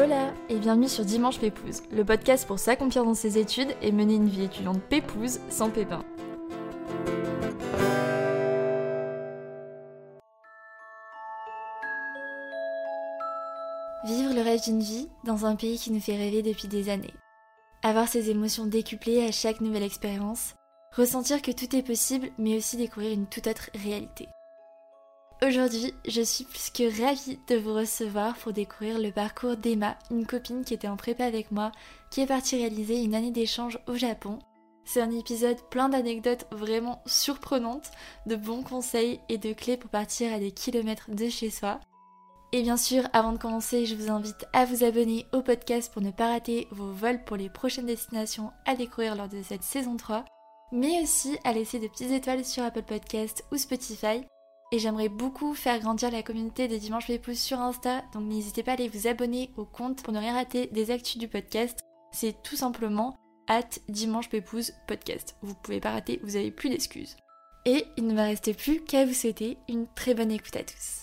Hola et bienvenue sur Dimanche Pépouze, le podcast pour s'accomplir dans ses études et mener une vie étudiante pépouze sans pépins. Vivre le rêve d'une vie dans un pays qui nous fait rêver depuis des années. Avoir ses émotions décuplées à chaque nouvelle expérience, ressentir que tout est possible mais aussi découvrir une toute autre réalité. Aujourd'hui, je suis plus que ravie de vous recevoir pour découvrir le parcours d'Emma, une copine qui était en prépa avec moi, qui est partie réaliser une année d'échange au Japon. C'est un épisode plein d'anecdotes vraiment surprenantes, de bons conseils et de clés pour partir à des kilomètres de chez soi. Et bien sûr, avant de commencer, je vous invite à vous abonner au podcast pour ne pas rater vos vols pour les prochaines destinations à découvrir lors de cette saison 3, mais aussi à laisser de petites étoiles sur Apple Podcast ou Spotify. Et j'aimerais beaucoup faire grandir la communauté des Dimanches Pépouze sur Insta, donc n'hésitez pas à aller vous abonner au compte pour ne rien rater des actus du podcast. C'est tout simplement @dimanchepépouze-podcast. Vous pouvez pas rater, vous avez plus d'excuses. Et il ne me reste plus qu'à vous souhaiter une très bonne écoute à tous.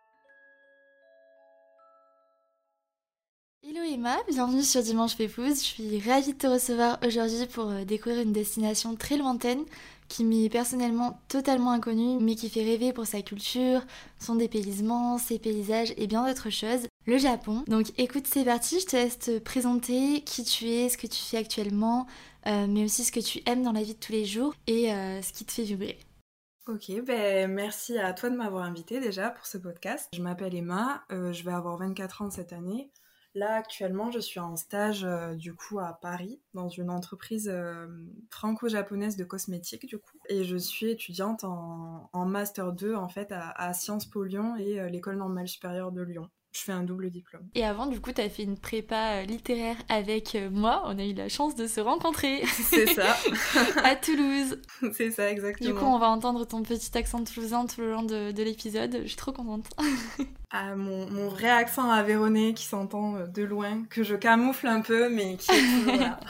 Hello Emma, bienvenue sur Dimanche Pépouze. Je suis ravie de te recevoir aujourd'hui pour découvrir une destination très lointaine qui m'est personnellement totalement inconnue, mais qui fait rêver pour sa culture, son dépaysement, ses paysages et bien d'autres choses, le Japon. Donc écoute, c'est parti, je te laisse te présenter qui tu es, ce que tu fais actuellement, mais aussi ce que tu aimes dans la vie de tous les jours et ce qui te fait vibrer. Ok, merci à toi de m'avoir invitée déjà pour ce podcast. Je m'appelle Emma, je vais avoir 24 ans cette année. Là, actuellement, je suis en stage du coup à Paris, dans une entreprise franco-japonaise de cosmétiques du coup. Et je suis étudiante en Master 2 en fait à Sciences Po Lyon et l'École normale supérieure de Lyon. Je fais un double diplôme. Et avant, du coup, t'as fait une prépa littéraire avec moi. On a eu la chance de se rencontrer. C'est ça. À Toulouse. C'est ça, exactement. Du coup, on va entendre ton petit accent toulousain tout le long de l'épisode. Je suis trop contente. Ah, mon vrai accent aveyronnais qui s'entend de loin, que je camoufle un peu, mais qui est toujours là.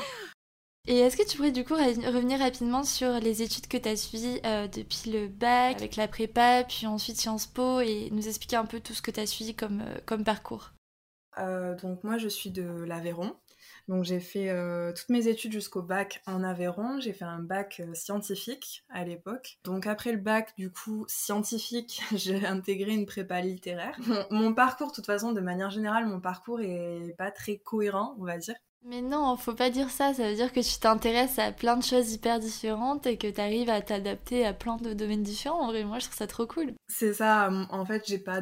Et est-ce que tu pourrais du coup revenir rapidement sur les études que tu as suivies depuis le bac, avec la prépa, puis ensuite Sciences Po, et nous expliquer un peu tout ce que tu as suivi comme parcours? Donc moi, je suis de l'Aveyron. Donc j'ai fait toutes mes études jusqu'au bac en Aveyron. J'ai fait un bac scientifique à l'époque. Donc après le bac, du coup, scientifique, j'ai intégré une prépa littéraire. Mon parcours, de toute façon, de manière générale, mon parcours est pas très cohérent, on va dire. Mais non, faut pas dire ça, ça veut dire que tu t'intéresses à plein de choses hyper différentes et que tu arrives à t'adapter à plein de domaines différents. En vrai, moi je trouve ça trop cool. C'est ça, en fait, j'ai pas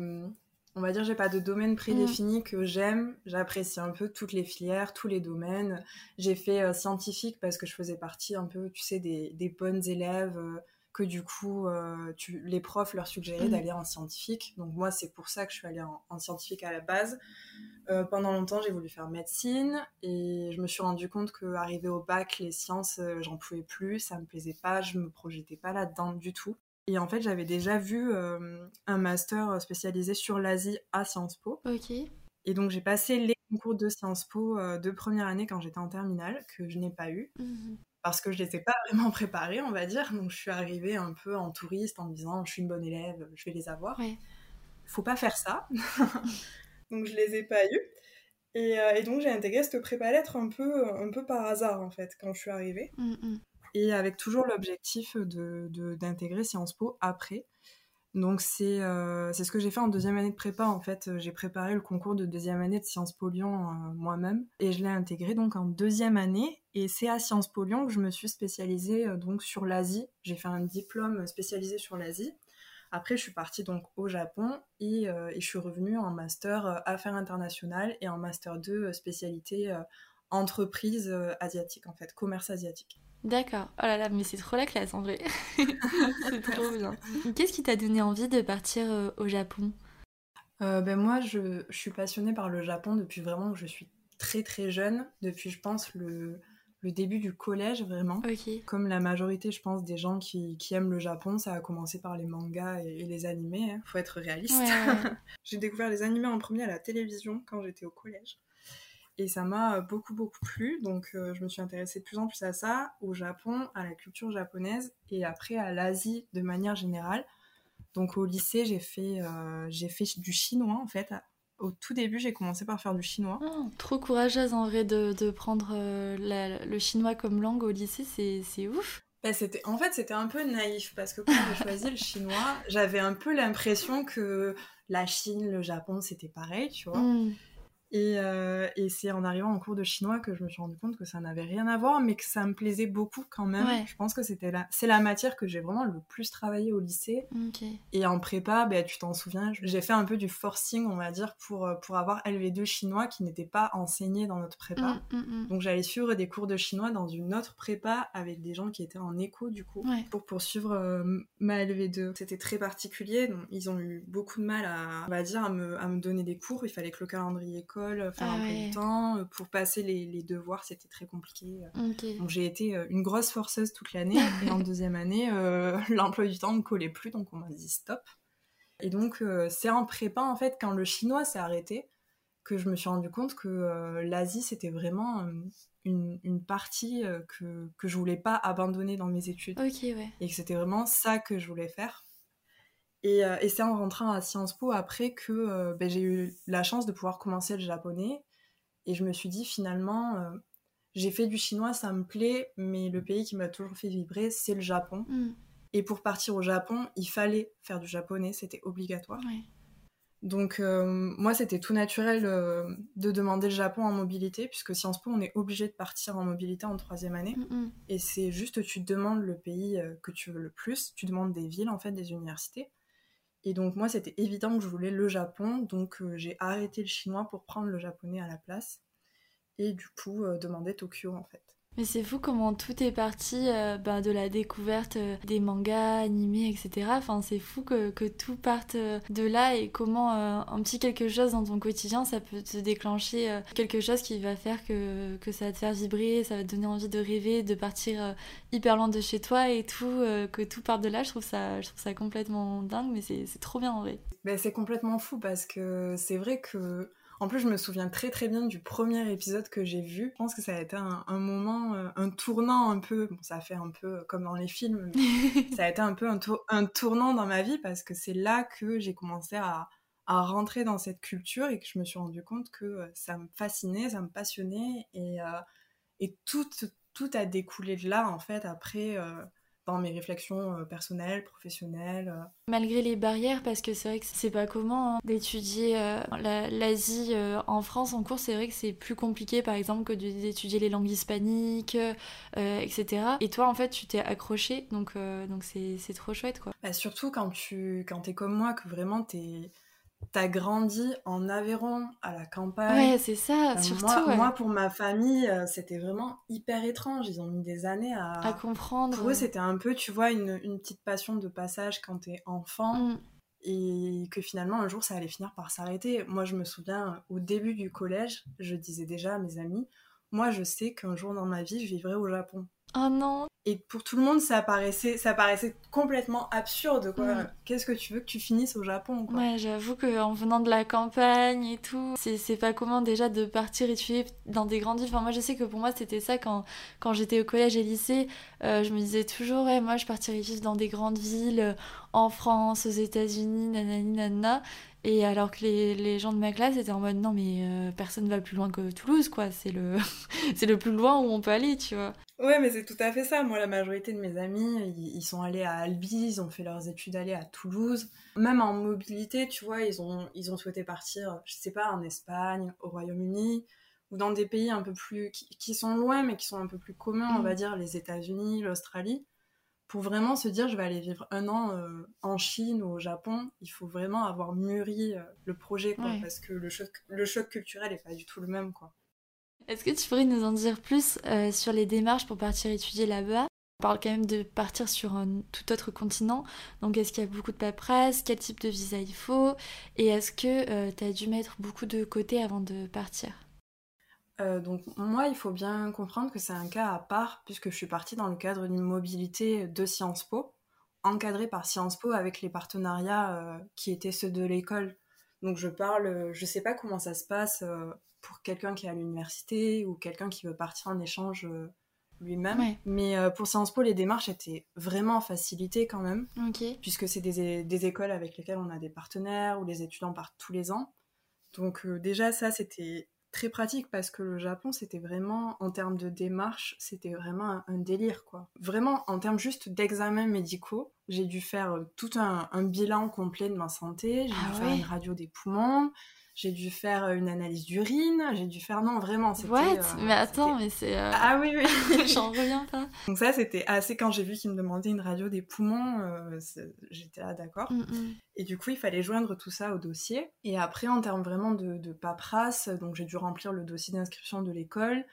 de domaine prédéfini que j'aime. J'apprécie un peu toutes les filières, tous les domaines. J'ai fait scientifique parce que je faisais partie un peu, tu sais, des bonnes élèves que du coup, les profs leur suggéraient d'aller en scientifique. Donc moi, c'est pour ça que je suis allée en scientifique à la base. Pendant longtemps, j'ai voulu faire médecine et je me suis rendu compte qu'arrivé au bac, les sciences, j'en pouvais plus, ça me plaisait pas, je me projetais pas là-dedans du tout. Et en fait, j'avais déjà vu un master spécialisé sur l'Asie à Sciences Po. Ok. Et donc, j'ai passé les concours de Sciences Po de première année quand j'étais en terminale, que je n'ai pas eu, parce que je les ai pas vraiment préparés, on va dire. Donc, je suis arrivée un peu en touriste en me disant, je suis une bonne élève, je vais les avoir. Ouais. Faut pas faire ça. Donc, je les ai pas eus. Et donc, j'ai intégré cette prépa lettres un peu par hasard, en fait, quand je suis arrivée. Et avec toujours l'objectif d'intégrer Sciences Po après. Donc c'est ce que j'ai fait en deuxième année de prépa en fait. J'ai préparé le concours de deuxième année de Sciences Po Lyon moi-même et je l'ai intégré donc en deuxième année et c'est à Sciences Po Lyon que je me suis spécialisée donc sur l'Asie. J'ai fait un diplôme spécialisé sur l'Asie. Après je suis partie donc au Japon et je suis revenue en master affaires internationales et en master 2 spécialité entreprise asiatique en fait, commerce asiatique. D'accord. Oh là là, mais c'est trop la classe en vrai. C'est trop bien. Qu'est-ce qui t'a donné envie de partir au Japon? Moi, je suis passionnée par le Japon depuis vraiment que je suis très très jeune, depuis je pense le début du collège vraiment. Ok. Comme la majorité, je pense, des gens qui aiment le Japon, ça a commencé par les mangas et les animés, hein. Faut être réaliste. Ouais. J'ai découvert les animés en premier à la télévision quand j'étais au collège. Et ça m'a beaucoup beaucoup plu, donc je me suis intéressée de plus en plus à ça, au Japon, à la culture japonaise et après à l'Asie de manière générale. Donc au lycée, j'ai fait du chinois en fait. Au tout début, j'ai commencé par faire du chinois. Oh, trop courageuse en vrai de prendre le chinois comme langue au lycée, c'est ouf. En fait, c'était un peu naïf parce que quand j'ai choisi le chinois, j'avais un peu l'impression que la Chine, le Japon, c'était pareil, tu vois. Et c'est en arrivant en cours de chinois que je me suis rendu compte que ça n'avait rien à voir, mais que ça me plaisait beaucoup quand même. Ouais. Je pense que c'est la matière que j'ai vraiment le plus travaillé au lycée. Okay. Et en prépa, tu t'en souviens, j'ai fait un peu du forcing, on va dire, pour avoir LV2 chinois qui n'était pas enseigné dans notre prépa. Donc j'allais suivre des cours de chinois dans une autre prépa avec des gens qui étaient en éco, du coup, pour poursuivre ma LV2. C'était très particulier, donc ils ont eu beaucoup de mal à me donner des cours. Il fallait que le calendrier faire un peu de temps. Pour passer les devoirs, c'était très compliqué. Okay. Donc j'ai été une grosse forceuse toute l'année. Et en deuxième année, l'emploi du temps ne collait plus, donc on m'a dit stop. Et donc c'est en prépa, en fait, quand le chinois s'est arrêté, que je me suis rendu compte que l'Asie, c'était vraiment une partie que je voulais pas abandonner dans mes études. Okay, ouais. Et que c'était vraiment ça que je voulais faire. Et c'est en rentrant à Sciences Po après que j'ai eu la chance de pouvoir commencer le japonais. Et je me suis dit finalement, j'ai fait du chinois, ça me plaît, mais le pays qui m'a toujours fait vibrer, c'est le Japon. Et pour partir au Japon, il fallait faire du japonais, c'était obligatoire. Ouais. Donc moi, c'était tout naturel de demander le Japon en mobilité, puisque Sciences Po, on est obligé de partir en mobilité en 3e année. Et c'est juste, tu demandes le pays que tu veux le plus, tu demandes des villes, en fait, des universités. Et donc moi, c'était évident que je voulais le Japon, donc j'ai arrêté le chinois pour prendre le japonais à la place. Et du coup, demander Tokyo, en fait. Mais c'est fou comment tout est parti de la découverte des mangas, animés, etc. Enfin, c'est fou que tout parte de là et comment un petit quelque chose dans ton quotidien, ça peut te déclencher quelque chose qui va faire que ça va te faire vibrer, ça va te donner envie de rêver, de partir hyper loin de chez toi et tout, que tout parte de là. Je trouve ça complètement dingue, mais c'est trop bien en vrai. C'est complètement fou parce que c'est vrai que... En plus, je me souviens très très bien du premier épisode que j'ai vu. Je pense que ça a été un moment, un tournant un peu... Bon, ça a fait un peu comme dans les films, mais ça a été un peu un tournant dans ma vie parce que c'est là que j'ai commencé à rentrer dans cette culture et que je me suis rendu compte que ça me fascinait, ça me passionnait et tout a découlé de là, en fait, après... dans mes réflexions personnelles, professionnelles. Malgré les barrières, parce que c'est vrai que c'est pas commun d'étudier l'Asie en France en cours, c'est vrai que c'est plus compliqué par exemple que d'étudier les langues hispaniques, etc. Et toi en fait tu t'es accrochée, donc c'est trop chouette quoi. Surtout quand t'es comme moi, que vraiment t'as grandi en Aveyron, à la campagne. Ouais, c'est ça, surtout. Moi, pour ma famille, c'était vraiment hyper étrange. Ils ont mis des années à comprendre. Pour eux, c'était un peu, tu vois, une petite passion de passage quand t'es enfant. Et que finalement, un jour, ça allait finir par s'arrêter. Moi, je me souviens, au début du collège, je disais déjà à mes amis, moi, je sais qu'un jour dans ma vie, je vivrai au Japon. Oh non. Et pour tout le monde, ça paraissait complètement absurde, quoi. Qu'est-ce que tu veux que tu finisses au Japon, quoi. Ouais, j'avoue qu'en venant de la campagne et tout, c'est pas commun déjà de partir étudier dans des grandes villes. Enfin, moi, je sais que pour moi, c'était ça quand j'étais au collège et lycée. Je me disais toujours, ouais, moi, je partirais vivre dans des grandes villes, en France, aux États-Unis, nanani, nanana. Et alors que les gens de ma classe étaient en mode, non, mais personne va plus loin que Toulouse, quoi. C'est le plus loin où on peut aller, tu vois. Ouais, mais c'est tout à fait ça. Moi, la majorité de mes amis, ils sont allés à Albi, ils ont fait leurs études à Toulouse. Même en mobilité, tu vois, ils ont souhaité partir, je sais pas, en Espagne, au Royaume-Uni, ou dans des pays un peu plus... qui sont loin, mais qui sont un peu plus communs, on va dire, les États-Unis, l'Australie. Pour vraiment se dire, je vais aller vivre 1 an en Chine ou au Japon, il faut vraiment avoir mûri le projet, quoi, parce que le choc culturel est pas du tout le même, quoi. Est-ce que tu pourrais nous en dire plus sur les démarches pour partir étudier là-bas ? On parle quand même de partir sur un tout autre continent. Donc est-ce qu'il y a beaucoup de paperasse ? Quel type de visa il faut ? Et est-ce que tu as dû mettre beaucoup de côté avant de partir ? Donc moi, il faut bien comprendre que c'est un cas à part, puisque je suis partie dans le cadre d'une mobilité de Sciences Po, encadrée par Sciences Po avec les partenariats qui étaient ceux de l'école. Donc je sais pas comment ça se passe pour quelqu'un qui est à l'université ou quelqu'un qui veut partir en échange lui-même. Ouais. Mais pour Sciences Po, les démarches étaient vraiment facilitées quand même, puisque c'est des écoles avec lesquelles on a des partenaires où les étudiants partent tous les ans. Donc déjà ça c'était très pratique parce que le Japon c'était vraiment, en termes de démarche, c'était vraiment un délire quoi. Vraiment en termes juste d'examens médicaux, j'ai dû faire tout un bilan complet de ma santé, j'ai dû faire une radio des poumons, j'ai dû faire une analyse d'urine, j'ai dû faire... Non, vraiment, c'était... What? Mais attends, mais c'est... Ah oui, oui. J'en reviens pas. Donc ça, c'était assez... Quand j'ai vu qu'ils me demandaient une radio des poumons, j'étais là, d'accord. Et du coup, il fallait joindre tout ça au dossier. Et après, en termes vraiment de paperasse, donc j'ai dû remplir le dossier d'inscription de l'école.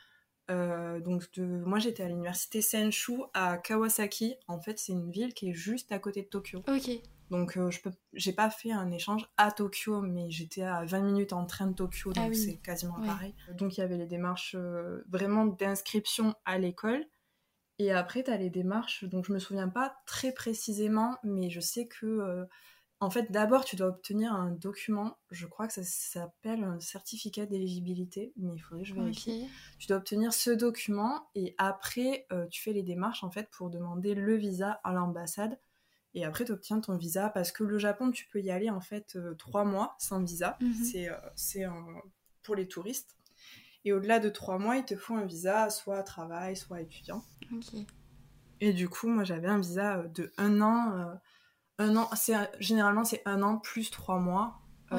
Moi, j'étais à l'université Senshu à Kawasaki. En fait, c'est une ville qui est juste à côté de Tokyo. Ok. Donc, j'ai pas fait un échange à Tokyo, mais j'étais à 20 minutes en train de Tokyo, donc c'est quasiment pareil. Donc, il y avait les démarches vraiment d'inscription à l'école. Et après, t'as les démarches, donc je me souviens pas très précisément, mais je sais que... en fait, d'abord, tu dois obtenir un document, je crois que ça s'appelle un certificat d'éligibilité, mais il faudrait que je vérifie. Okay. Tu dois obtenir ce document, et après, tu fais les démarches, en fait, pour demander le visa à l'ambassade. Et après, tu obtiens ton visa, parce que le Japon, tu peux y aller, en fait, 3 mois sans visa. C'est pour les touristes. Et au-delà de 3 mois, ils te font un visa, soit travail, soit étudiant. Ok. Et du coup, moi, j'avais un visa de 1 an... généralement, c'est 1 an plus 3 mois,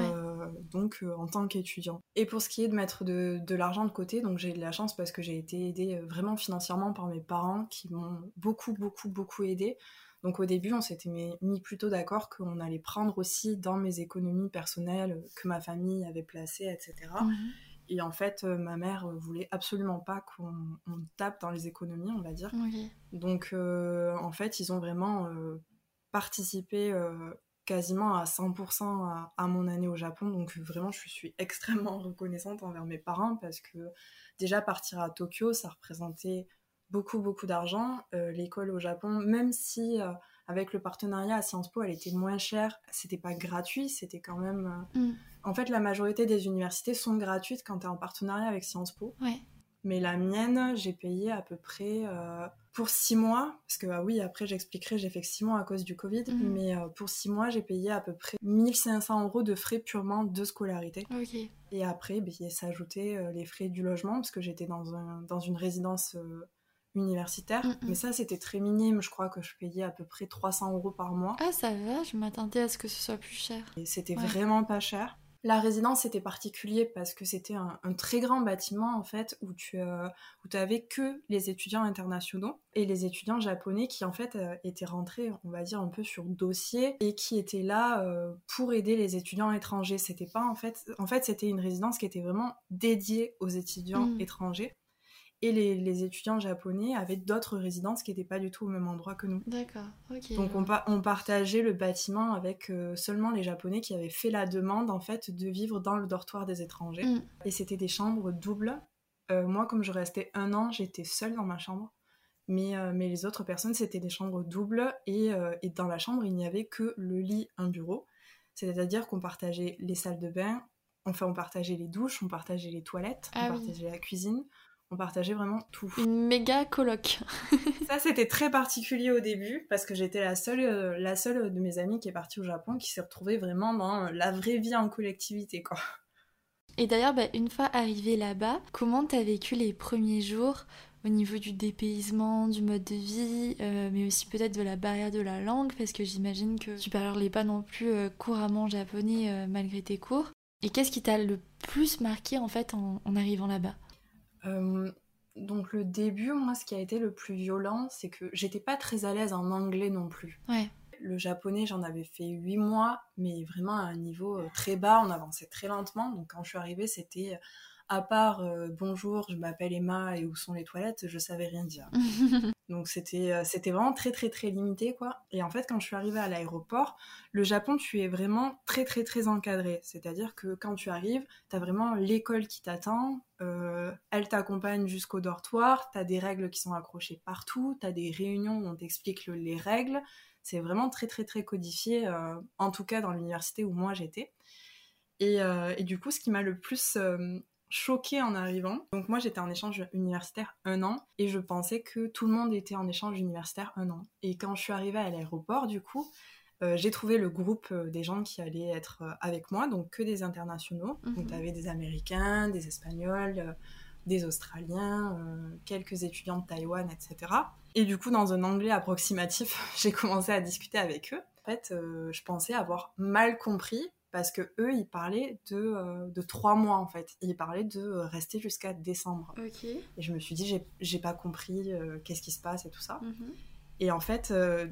en tant qu'étudiant. Et pour ce qui est de mettre de l'argent de côté, donc j'ai eu de la chance parce que j'ai été aidée vraiment financièrement par mes parents qui m'ont beaucoup aidée. Donc au début, on s'était mis plutôt d'accord qu'on allait prendre aussi dans mes économies personnelles que ma famille avait placées, etc. Et en fait, ma mère voulait absolument pas qu'on tape dans les économies, on va dire. Donc en fait, ils ont vraiment... participer quasiment à 100% à mon année au Japon, donc vraiment je suis extrêmement reconnaissante envers mes parents parce que déjà partir à Tokyo ça représentait beaucoup d'argent. L'école au Japon, même si avec le partenariat à Sciences Po elle était moins chère, c'était pas gratuit, c'était quand même... En fait la majorité des universités sont gratuites quand t'es en partenariat avec Sciences Po. Mais la mienne, j'ai payé à peu près pour 6 mois, parce que oui, après j'expliquerai, j'ai fait que 6 mois à cause du Covid, mais pour 6 mois, j'ai payé à peu près 1 500 € de frais purement de scolarité. Et après, ça ajoutait les frais du logement, parce que j'étais dans une résidence universitaire. Mais ça, c'était très minime, je crois que je payais à peu près 300 € par mois. Ah, ça va, je m'attendais à ce que ce soit plus cher. Et c'était vraiment pas cher. La résidence était particulier parce que c'était un très grand bâtiment en fait où tu avais que les étudiants internationaux et les étudiants japonais qui en fait étaient rentrés, on va dire un peu sur dossier et qui étaient là pour aider les étudiants étrangers. C'était pas en fait c'était une résidence qui était vraiment dédiée aux étudiants étrangers. Et les étudiants japonais avaient d'autres résidences qui n'étaient pas du tout au même endroit que nous. D'accord, ok. Donc on partageait le bâtiment avec seulement les Japonais qui avaient fait la demande en fait de vivre dans le dortoir des étrangers. Et c'était des chambres doubles. Moi, comme je restais 1 an, j'étais seule dans ma chambre. Mais les autres personnes, c'était des chambres doubles. Et dans la chambre, il n'y avait que le lit, un bureau. C'est-à-dire qu'on partageait les salles de bain, on partageait les douches, on partageait les toilettes, on partageait la cuisine. On partageait vraiment tout. Une méga coloc. Ça, c'était très particulier au début, parce que j'étais la seule de mes amies qui est partie au Japon, qui s'est retrouvée vraiment dans la vraie vie en collectivité, quoi. Et d'ailleurs, une fois arrivée là-bas, comment t'as vécu les premiers jours au niveau du dépaysement, du mode de vie, mais aussi peut-être de la barrière de la langue, parce que j'imagine que tu parlais pas non plus couramment japonais malgré tes cours. Et qu'est-ce qui t'a le plus marqué en fait en arrivant là-bas ? Donc le début, moi, ce qui a été le plus violent, c'est que j'étais pas très à l'aise en anglais non plus. Le japonais, j'en avais fait 8 mois, mais vraiment à un niveau très bas, on avançait très lentement. Donc quand je suis arrivée, c'était à part bonjour, je m'appelle Emma et où sont les toilettes, je savais rien dire. Donc c'était vraiment très limité, quoi. Et en fait, quand je suis arrivée à l'aéroport, le Japon, tu es vraiment très encadré. C'est-à-dire que quand tu arrives, t'as vraiment l'école qui t'attend, elle t'accompagne jusqu'au dortoir, t'as des règles qui sont accrochées partout, t'as des réunions où on t'explique les règles. C'est vraiment très codifié, en tout cas dans l'université où moi j'étais. Et du coup, ce qui m'a le plus... choquée en arrivant. Donc moi j'étais en échange universitaire 1 an et je pensais que tout le monde était en échange universitaire 1 an. Et quand je suis arrivée à l'aéroport, du coup, J'ai trouvé le groupe des gens qui allaient être avec moi, donc que des internationaux. Donc t'avais des Américains, des Espagnols, des Australiens, quelques étudiants de Taïwan, etc. Et du coup, dans un anglais approximatif, j'ai commencé à discuter avec eux. En fait, je pensais avoir mal compris parce que eux, ils parlaient de 3 mois, en fait. Ils parlaient de rester jusqu'à décembre. Okay. Et je me suis dit, j'ai pas compris qu'est-ce qui se passe et tout ça. Mm-hmm. Et en fait,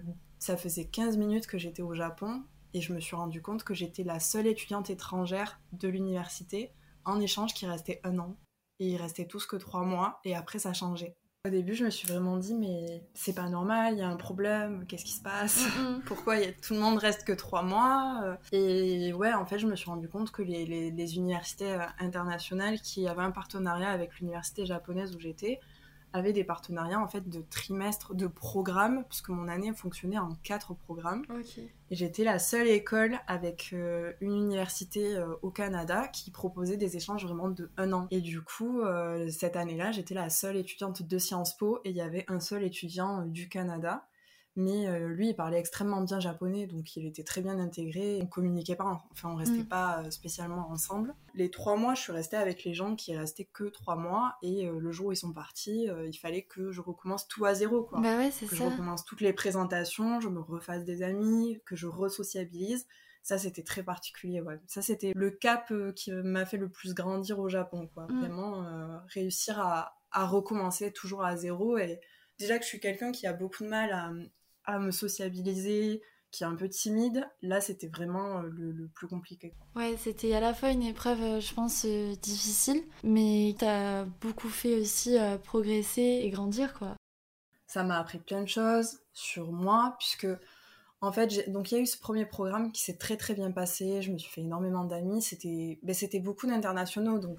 ça faisait 15 minutes que j'étais au Japon et je me suis rendu compte que j'étais la seule étudiante étrangère de l'université en échange qui restait 1 an. Et il restait tous que 3 mois et après ça changeait. Au début, je me suis vraiment dit, mais c'est pas normal, il y a un problème, qu'est-ce qui se passe ? Pourquoi tout le monde reste que 3 mois ? Et ouais, en fait, je me suis rendu compte que les universités internationales qui avaient un partenariat avec l'université japonaise où j'étais avaient des partenariats en fait de trimestres, de programmes, puisque mon année fonctionnait en 4 programmes. Okay. Et j'étais la seule école avec une université au Canada qui proposait des échanges vraiment de 1 an. Et du coup, cette année-là, j'étais la seule étudiante de Sciences Po et il y avait un seul étudiant du Canada. Mais lui, il parlait extrêmement bien japonais, donc il était très bien intégré. On communiquait pas, enfin on restait pas spécialement ensemble. Les 3 mois, je suis restée avec les gens qui restaient que 3 mois, et le jour où ils sont partis, il fallait que je recommence tout à zéro, quoi. Bah ouais, c'est que ça. Je recommence toutes les présentations, je me refasse des amis, que je re-sociabilise. Ça, c'était très particulier, ouais. Ça, c'était le cap qui m'a fait le plus grandir au Japon, quoi. Vraiment réussir à recommencer toujours à zéro. Et déjà que je suis quelqu'un qui a beaucoup de mal à me sociabiliser, qui est un peu timide, là c'était vraiment le plus compliqué. Ouais, c'était à la fois une épreuve, je pense, difficile, mais t'as beaucoup fait aussi progresser et grandir, quoi. Ça m'a appris plein de choses sur moi, puisque en fait, donc il y a eu ce premier programme qui s'est très très bien passé, je me suis fait énormément d'amis, c'était beaucoup d'internationaux, donc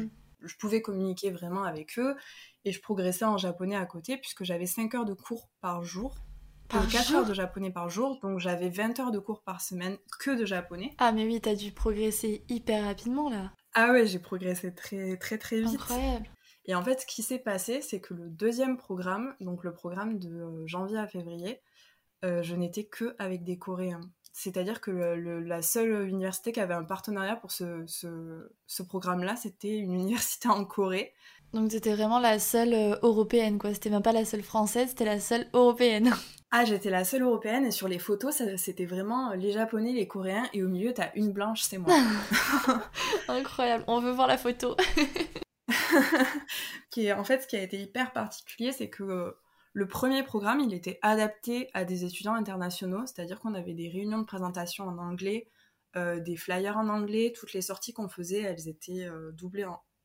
je pouvais communiquer vraiment avec eux, et je progressais en japonais à côté, puisque j'avais 5 heures de cours par jour. 4 heures de japonais par jour, donc j'avais 20 heures de cours par semaine que de japonais. Ah mais oui, t'as dû progresser hyper rapidement là. Ah ouais, j'ai progressé très très très vite. Incroyable. Et en fait, ce qui s'est passé, c'est que le deuxième programme, donc le programme de janvier à février, je n'étais que avec des Coréens. C'est-à-dire que la seule université qui avait un partenariat pour ce programme-là, c'était une université en Corée. Donc t'étais vraiment la seule européenne, quoi. C'était même pas la seule française, c'était la seule européenne. Ah, j'étais la seule européenne, et sur les photos, c'était vraiment les Japonais, les Coréens, et au milieu, t'as une blanche, c'est moi. Incroyable, on veut voir la photo. En fait, ce qui a été hyper particulier, c'est que le premier programme, il était adapté à des étudiants internationaux, c'est-à-dire qu'on avait des réunions de présentation en anglais, des flyers en anglais, toutes les sorties qu'on faisait, elles étaient doublées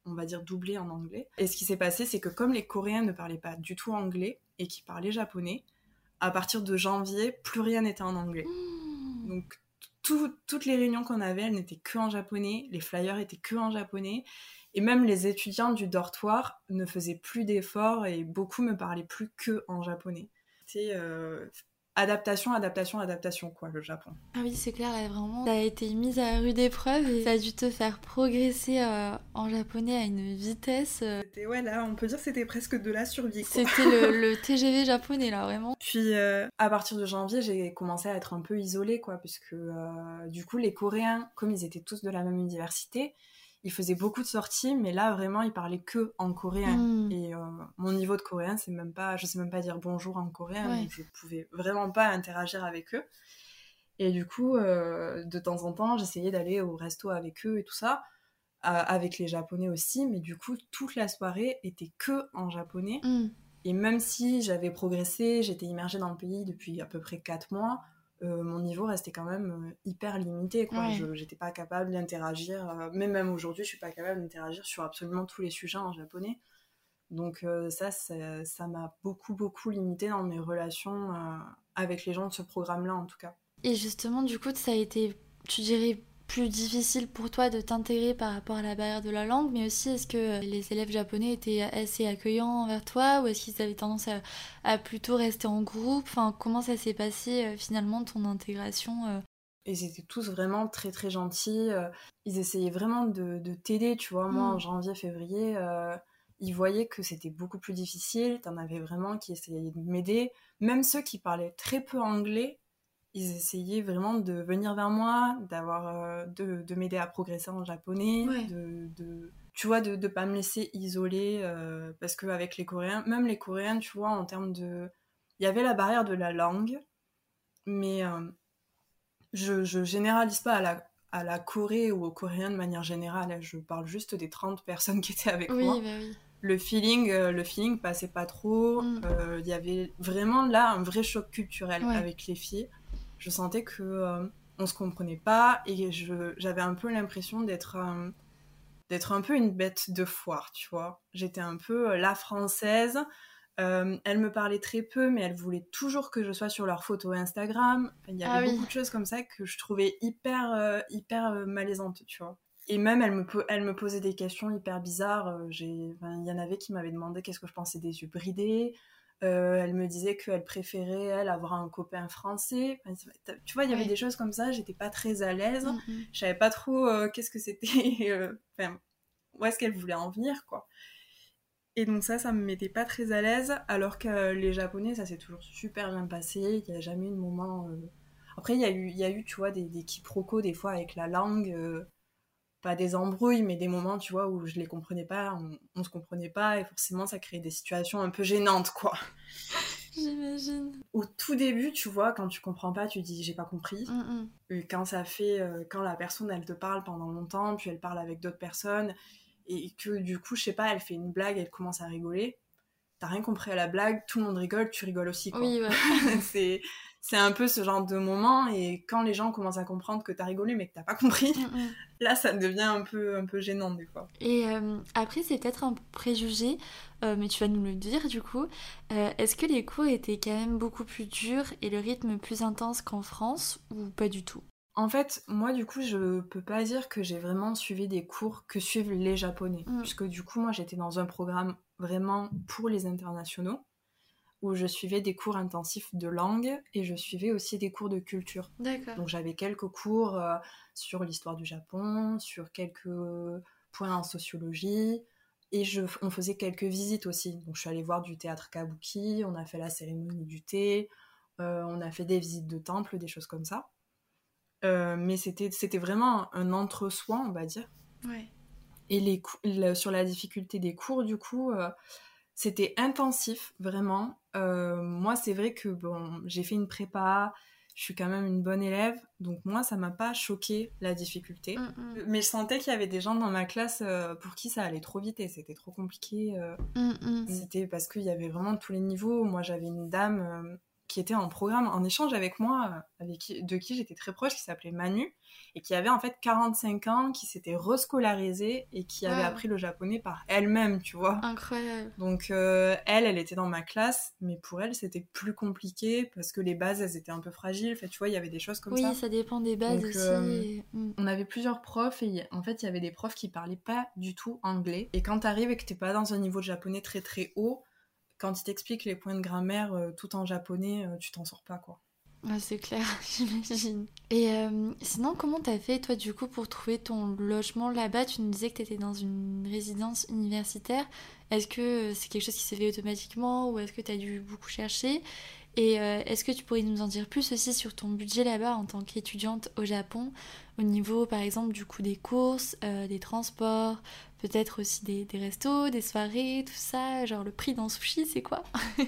en anglais. Et ce qui s'est passé, c'est que comme les Coréens ne parlaient pas du tout anglais et qu'ils parlaient japonais, à partir de janvier, plus rien n'était en anglais. Donc toutes les réunions qu'on avait, elles n'étaient que en japonais, les flyers étaient que en japonais, et même les étudiants du dortoir ne faisaient plus d'efforts et beaucoup me parlaient plus que en japonais. C'était adaptation, quoi, le Japon. Ah oui, c'est clair, là, vraiment, ça a été mise à rude épreuve et ça a dû te faire progresser en japonais à une vitesse. Ouais, là, on peut dire que c'était presque de la survie, quoi. C'était le TGV japonais, là, vraiment. Puis, à partir de janvier, j'ai commencé à être un peu isolée, quoi, puisque, du coup, les Coréens, comme ils étaient tous de la même université, ils faisaient beaucoup de sorties, mais là, vraiment, ils parlaient que en coréen. Et mon niveau de coréen, je sais même pas dire bonjour en coréen, donc je pouvais vraiment pas interagir avec eux. Et du coup, de temps en temps, j'essayais d'aller au resto avec eux et tout ça, avec les Japonais aussi, mais du coup, toute la soirée était que en japonais. Et même si j'avais progressé, j'étais immergée dans le pays depuis à peu près 4 mois, mon niveau restait quand même hyper limité, quoi. J'étais pas capable d'interagir, mais même aujourd'hui, je suis pas capable d'interagir sur absolument tous les sujets en japonais. Donc ça m'a beaucoup limité dans mes relations avec les gens de ce programme-là, en tout cas. Et justement, du coup, ça a été, tu dirais, plus difficile pour toi de t'intégrer par rapport à la barrière de la langue, mais aussi est-ce que les élèves japonais étaient assez accueillants envers toi, ou est-ce qu'ils avaient tendance à plutôt rester en groupe ? Enfin, comment ça s'est passé finalement ton intégration Ils étaient tous vraiment très très gentils, ils essayaient vraiment de t'aider, tu vois. Moi, en janvier, février, ils voyaient que c'était beaucoup plus difficile, t'en avais vraiment qui essayaient de m'aider, même ceux qui parlaient très peu anglais, ils essayaient vraiment de venir vers moi, de m'aider à progresser en japonais, tu vois, de pas me laisser isoler, parce qu'avec les Coréens, même les Coréens, tu vois, en termes de... Il y avait la barrière de la langue, mais je généralise pas à la Corée ou aux Coréens de manière générale, je parle juste des 30 personnes qui étaient avec moi. Bah oui. Le feeling passait pas trop, il y avait vraiment là un vrai choc culturel avec les filles. Je sentais que on se comprenait pas et j'avais un peu l'impression d'être un peu une bête de foire, tu vois. J'étais un peu la française. Elle me parlait très peu, mais elle voulait toujours que je sois sur leurs photos Instagram. Il y avait beaucoup de choses comme ça que je trouvais hyper malaisantes, tu vois. Et même, elle me posait des questions hyper bizarres. Il y en avait qui m'avaient demandé qu'est-ce que je pensais des yeux bridés. Elle me disait qu'elle préférait, elle, avoir un copain français. Tu vois, il y avait des choses comme ça. J'étais pas très à l'aise. Je savais pas trop qu'est-ce que c'était. Où est-ce qu'elle voulait en venir, quoi. Et donc ça me mettait pas très à l'aise. Alors que les Japonais, ça s'est toujours super bien passé. Il y a jamais eu de moment... Après, il y a eu, tu vois, des quiproquos des fois avec la langue... pas des embrouilles, mais des moments, tu vois, où je les comprenais pas, on se comprenait pas, et forcément, ça créait des situations un peu gênantes, quoi. J'imagine. Au tout début, tu vois, quand tu comprends pas, tu dis j'ai pas compris. Et quand quand la personne, elle te parle pendant longtemps, puis elle parle avec d'autres personnes, et que du coup, je sais pas, elle fait une blague, elle commence à rigoler, t'as rien compris à la blague, tout le monde rigole, tu rigoles aussi, quoi. Oui, ouais. c'est un peu ce genre de moment, et quand les gens commencent à comprendre que t'as rigolé mais que t'as pas compris, là ça devient un peu gênant des fois. Et après, c'est peut-être un préjugé, mais tu vas nous le dire du coup. Est-ce que les cours étaient quand même beaucoup plus durs et le rythme plus intense qu'en France, ou pas du tout? En fait, moi du coup, je peux pas dire que j'ai vraiment suivi des cours que suivent les Japonais, puisque du coup, moi j'étais dans un programme vraiment pour les internationaux, où je suivais des cours intensifs de langue et je suivais aussi des cours de culture. D'accord. Donc j'avais quelques cours sur l'histoire du Japon, sur quelques points en sociologie, et on faisait quelques visites aussi. Donc je suis allée voir du théâtre kabuki, on a fait la cérémonie du thé, on a fait des visites de temples, des choses comme ça. Mais c'était vraiment un entre-soi, on va dire. Ouais. Et sur la difficulté des cours, du coup, c'était intensif, vraiment. Moi, c'est vrai que bon, j'ai fait une prépa, je suis quand même une bonne élève, donc moi, ça m'a pas choqué la difficulté. Mais je sentais qu'il y avait des gens dans ma classe pour qui ça allait trop vite et c'était trop compliqué. C'était parce qu'il y avait vraiment tous les niveaux. Moi, j'avais une dame qui était en programme, en échange avec moi, de qui j'étais très proche, qui s'appelait Manu, et qui avait en fait 45 ans, qui s'était rescolarisée et qui avait appris le japonais par elle-même, tu vois. Incroyable. Donc elle était dans ma classe, mais pour elle c'était plus compliqué parce que les bases elles étaient un peu fragiles, enfin, tu vois, il y avait des choses comme ça. Oui, ça dépend des bases donc, aussi. On avait plusieurs profs et en fait il y avait des profs qui parlaient pas du tout anglais. Et quand t'arrives et que t'es pas dans un niveau de japonais très très haut, quand ils t'expliquent les points de grammaire tout en japonais, tu t'en sors pas, quoi. Ah, c'est clair, j'imagine. Et sinon, comment t'as fait, toi, du coup, pour trouver ton logement là-bas? Tu nous disais que t'étais dans une résidence universitaire. Est-ce que c'est quelque chose qui s'est fait automatiquement ou est-ce que t'as dû beaucoup chercher? Et est-ce que tu pourrais nous en dire plus aussi sur ton budget là-bas en tant qu'étudiante au Japon, au niveau, par exemple, du coût des courses, des transports, peut-être aussi des restos, des soirées, tout ça, genre le prix d'un sushi, c'est quoi?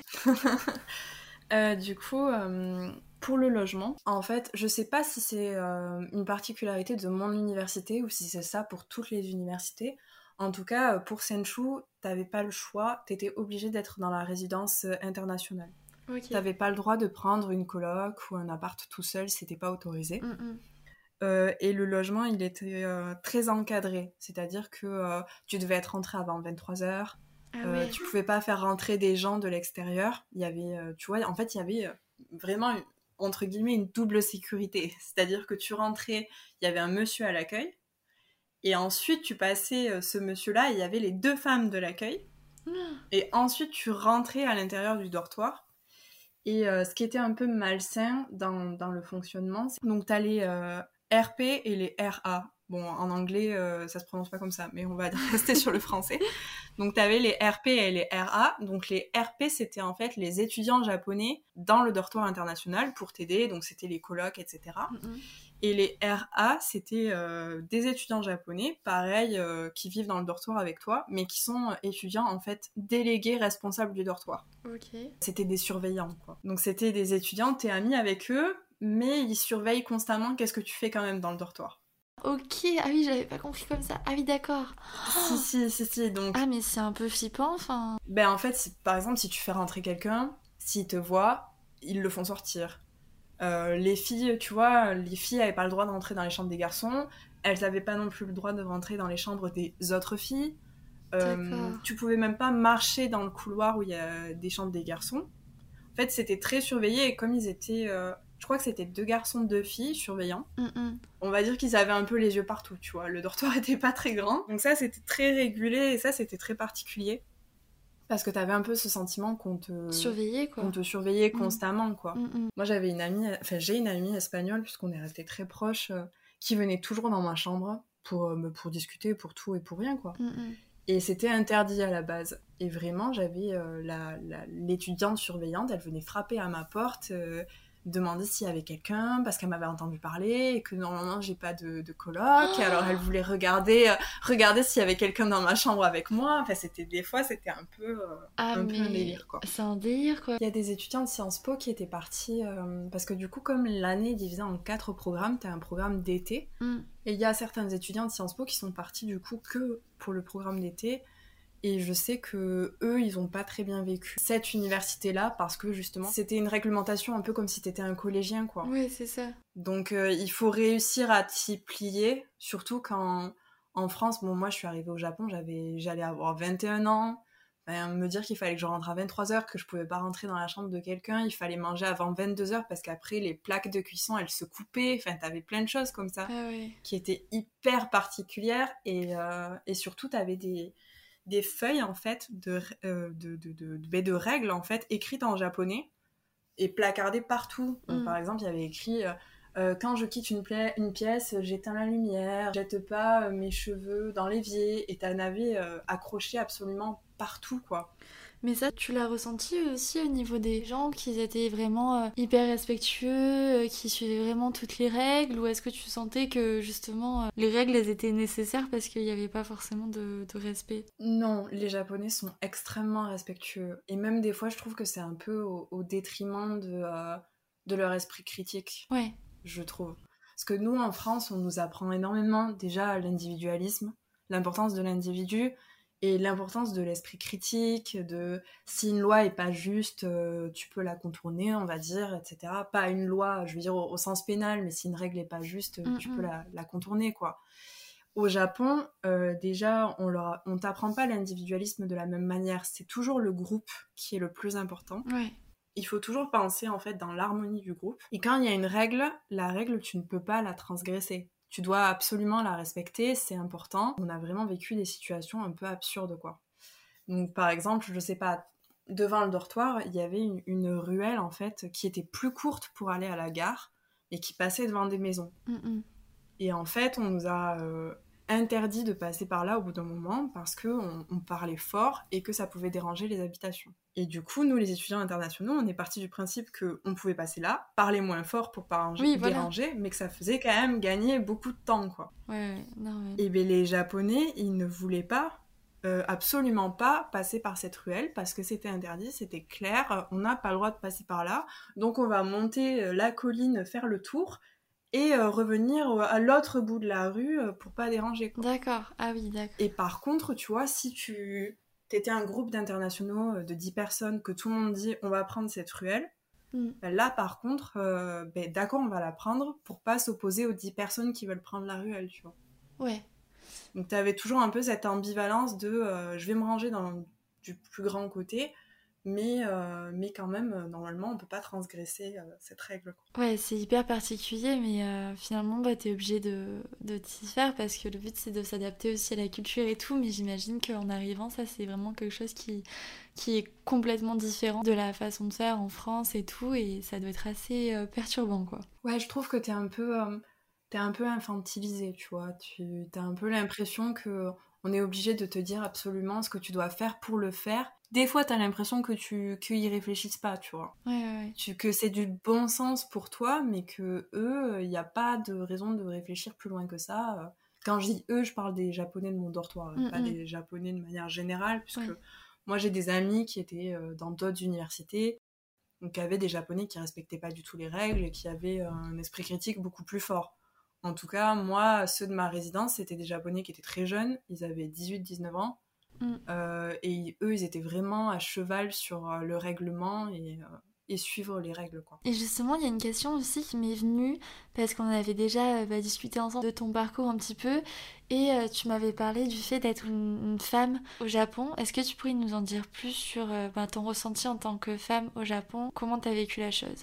Du coup, pour le logement, en fait, je sais pas si c'est une particularité de mon université ou si c'est ça pour toutes les universités. En tout cas, pour Senshu, t'avais pas le choix, t'étais obligé d'être dans la résidence internationale. Okay. T'avais pas le droit de prendre une coloc ou un appart tout seul, c'était pas autorisé. Et le logement, il était très encadré, c'est-à-dire que tu devais être rentré avant 23h. Tu pouvais pas faire rentrer des gens de l'extérieur. Il y avait, tu vois, en fait, il y avait vraiment, entre guillemets, une double sécurité. C'est-à-dire que tu rentrais, il y avait un monsieur à l'accueil, et ensuite tu passais ce monsieur-là, et il y avait les deux femmes de l'accueil. Et ensuite tu rentrais à l'intérieur du dortoir. Et ce qui était un peu malsain dans le fonctionnement, donc t'as les RP et les RA. Bon, en anglais, ça se prononce pas comme ça, mais on va rester sur le français. Donc, t'avais les RP et les RA. Donc, les RP, c'était en fait les étudiants japonais dans le dortoir international pour t'aider. Donc, c'était les colocs, etc. Et les RA, c'était des étudiants japonais, pareil, qui vivent dans le dortoir avec toi, mais qui sont étudiants, en fait, délégués responsables du dortoir. Ok. C'était des surveillants, quoi. Donc, c'était des étudiants, t'es ami avec eux, mais ils surveillent constamment qu'est-ce que tu fais quand même dans le dortoir. Ok, ah oui, j'avais pas compris comme ça. Ah oui, d'accord. Si, donc... Ah, mais c'est un peu flippant, enfin... Ben, en fait, par exemple, si tu fais rentrer quelqu'un, s'ils te voient, ils le font sortir. Les filles, tu vois, les filles avaient pas le droit de rentrer dans les chambres des garçons, elles avaient pas non plus le droit de rentrer dans les chambres des autres filles. Tu pouvais même pas marcher dans le couloir où il y a des chambres des garçons. En fait, c'était très surveillé, et comme ils étaient... je crois que c'était 2 garçons, 2 filles surveillants. On va dire qu'ils avaient un peu les yeux partout, tu vois. Le dortoir était pas très grand. Donc ça, c'était très régulé, et ça, c'était très particulier. Parce que t'avais un peu ce sentiment qu'on te surveillait, quoi. Qu'on te surveillait constamment, quoi. Moi, j'ai une amie espagnole, puisqu'on est restés très proches, qui venait toujours dans ma chambre pour discuter, pour tout et pour rien, quoi. Et c'était interdit à la base. Et vraiment, j'avais l'étudiante surveillante, elle venait frapper à ma porte, demander s'il y avait quelqu'un, parce qu'elle m'avait entendu parler, et que normalement j'ai pas de coloc, alors elle voulait regarder s'il y avait quelqu'un dans ma chambre avec moi. Enfin, des fois c'était un peu un délire, quoi. C'est un délire, quoi. Il y a des étudiants de Sciences Po qui étaient partis, parce que du coup, comme l'année est divisée en 4 programmes, t'as un programme d'été, et il y a certains étudiants de Sciences Po qui sont partis du coup que pour le programme d'été. Et je sais que eux, ils ont pas très bien vécu cette université-là, parce que justement, c'était une réglementation un peu comme si t'étais un collégien, quoi. Ouais, c'est ça. Donc il faut réussir à t'y plier, surtout quand en France, bon, moi je suis arrivée au Japon, j'allais avoir 21 ans, me dire qu'il fallait que je rentre à 23h, que je pouvais pas rentrer dans la chambre de quelqu'un, il fallait manger avant 22h parce qu'après les plaques de cuisson elles se coupaient, enfin t'avais plein de choses comme ça qui étaient hyper particulières, et surtout t'avais des feuilles en fait de règles en fait écrites en japonais et placardées partout. Donc, par exemple, il y avait écrit quand je quitte une pièce, j'éteins la lumière, jette pas mes cheveux dans l'évier, et t'en avais accroché absolument partout, quoi. Mais ça, tu l'as ressenti aussi au niveau des gens, qu'ils étaient vraiment hyper respectueux, qui suivaient vraiment toutes les règles, ou est-ce que tu sentais que justement les règles elles étaient nécessaires parce qu'il n'y avait pas forcément de respect? Non, les Japonais sont extrêmement respectueux, et même des fois je trouve que c'est un peu au détriment de leur esprit critique. Ouais. Je trouve. Parce que nous, en France, on nous apprend énormément déjà l'individualisme, l'importance de l'individu, et l'importance de l'esprit critique, de si une loi est pas juste, tu peux la contourner, on va dire, etc. Pas une loi, je veux dire au sens pénal, mais si une règle est pas juste, tu peux la contourner, quoi. Au Japon, déjà, on t'apprend pas l'individualisme de la même manière. C'est toujours le groupe qui est le plus important. Ouais. Il faut toujours penser en fait dans l'harmonie du groupe. Et quand il y a une règle, la règle, tu ne peux pas la transgresser. Tu dois absolument la respecter, c'est important. On a vraiment vécu des situations un peu absurdes, quoi. Donc par exemple, je sais pas, devant le dortoir, il y avait une ruelle en fait qui était plus courte pour aller à la gare et qui passait devant des maisons. Et en fait, on nous a interdit de passer par là au bout d'un moment parce qu'on parlait fort et que ça pouvait déranger les habitations. Et du coup, nous, les étudiants internationaux, on est partis du principe qu'on pouvait passer là, parler moins fort pour pas déranger, mais que ça faisait quand même gagner beaucoup de temps, quoi. Ouais, normal. Et bien les Japonais, ils ne voulaient pas, absolument pas, passer par cette ruelle parce que c'était interdit, c'était clair, on n'a pas le droit de passer par là, donc on va monter la colline, faire le tour, et revenir à l'autre bout de la rue pour pas déranger, quoi. D'accord, ah oui, d'accord. Et par contre, tu vois, si t'étais un groupe d'internationaux de 10 personnes, que tout le monde dit on va prendre cette ruelle, là par contre, d'accord, on va la prendre pour pas s'opposer aux 10 personnes qui veulent prendre la ruelle, tu vois. Ouais. Donc t'avais toujours un peu cette ambivalence de je vais me ranger du plus grand côté, mais quand même, normalement, on peut pas transgresser cette règle, quoi. Ouais, c'est hyper particulier, mais finalement, t'es obligé de t'y faire parce que le but, c'est de s'adapter aussi à la culture et tout, mais j'imagine qu'en arrivant, ça, c'est vraiment quelque chose qui est complètement différent de la façon de faire en France et tout, et ça doit être assez perturbant, quoi. Ouais, je trouve que t'es un peu... t'es un peu infantilisé, tu vois. T'as un peu l'impression que on est obligé de te dire absolument ce que tu dois faire pour le faire. Des fois, t'as l'impression qu'ils réfléchissent pas, tu vois. Ouais. Que c'est du bon sens pour toi, mais que eux, il n'y a pas de raison de réfléchir plus loin que ça. Quand je dis eux, je parle des Japonais de mon dortoir, pas des Japonais de manière générale, puisque moi j'ai des amis qui étaient dans d'autres universités, donc qui avaient des Japonais qui respectaient pas du tout les règles et qui avaient un esprit critique beaucoup plus fort. En tout cas, moi, ceux de ma résidence, c'était des Japonais qui étaient très jeunes, ils avaient 18-19 ans, et eux, ils étaient vraiment à cheval sur le règlement et suivre les règles, quoi. Et justement, il y a une question aussi qui m'est venue, parce qu'on avait déjà discuté ensemble de ton parcours un petit peu, et tu m'avais parlé du fait d'être une femme au Japon. Est-ce que tu pourrais nous en dire plus sur ton ressenti en tant que femme au Japon? Comment t'as vécu la chose?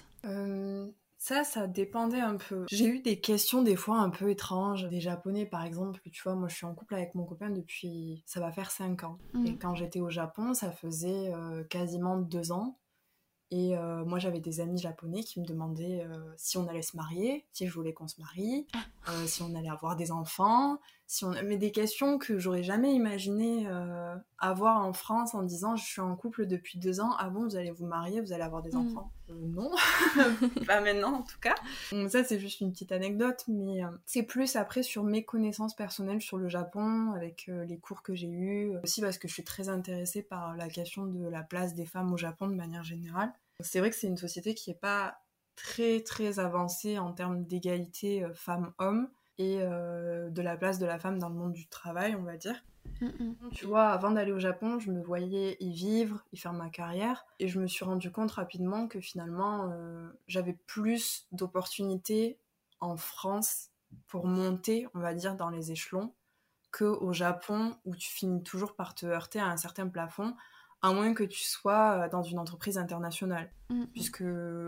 Ça dépendait un peu. J'ai eu des questions des fois un peu étranges. Des Japonais, par exemple, tu vois, moi je suis en couple avec mon copain depuis, ça va faire 5 ans. Et quand j'étais au Japon, ça faisait quasiment 2 ans. Et moi j'avais des amis japonais qui me demandaient si on allait se marier, si je voulais qu'on se marie, si on allait avoir des enfants, mais des questions que j'aurais jamais imaginé avoir en France en disant je suis en couple depuis 2 ans, ah bon vous allez vous marier, vous allez avoir des enfants? Non, pas maintenant en tout cas. Donc ça c'est juste une petite anecdote, mais c'est plus après sur mes connaissances personnelles sur le Japon, avec les cours que j'ai eus, aussi parce que je suis très intéressée par la question de la place des femmes au Japon de manière générale. C'est vrai que c'est une société qui n'est pas très très avancée en termes d'égalité femmes-hommes et de la place de la femme dans le monde du travail, on va dire. Tu vois, avant d'aller au Japon, je me voyais y vivre, y faire ma carrière, et je me suis rendu compte rapidement que finalement, j'avais plus d'opportunités en France pour monter, on va dire, dans les échelons, qu'au Japon, où tu finis toujours par te heurter à un certain plafond, à moins que tu sois dans une entreprise internationale. Puisque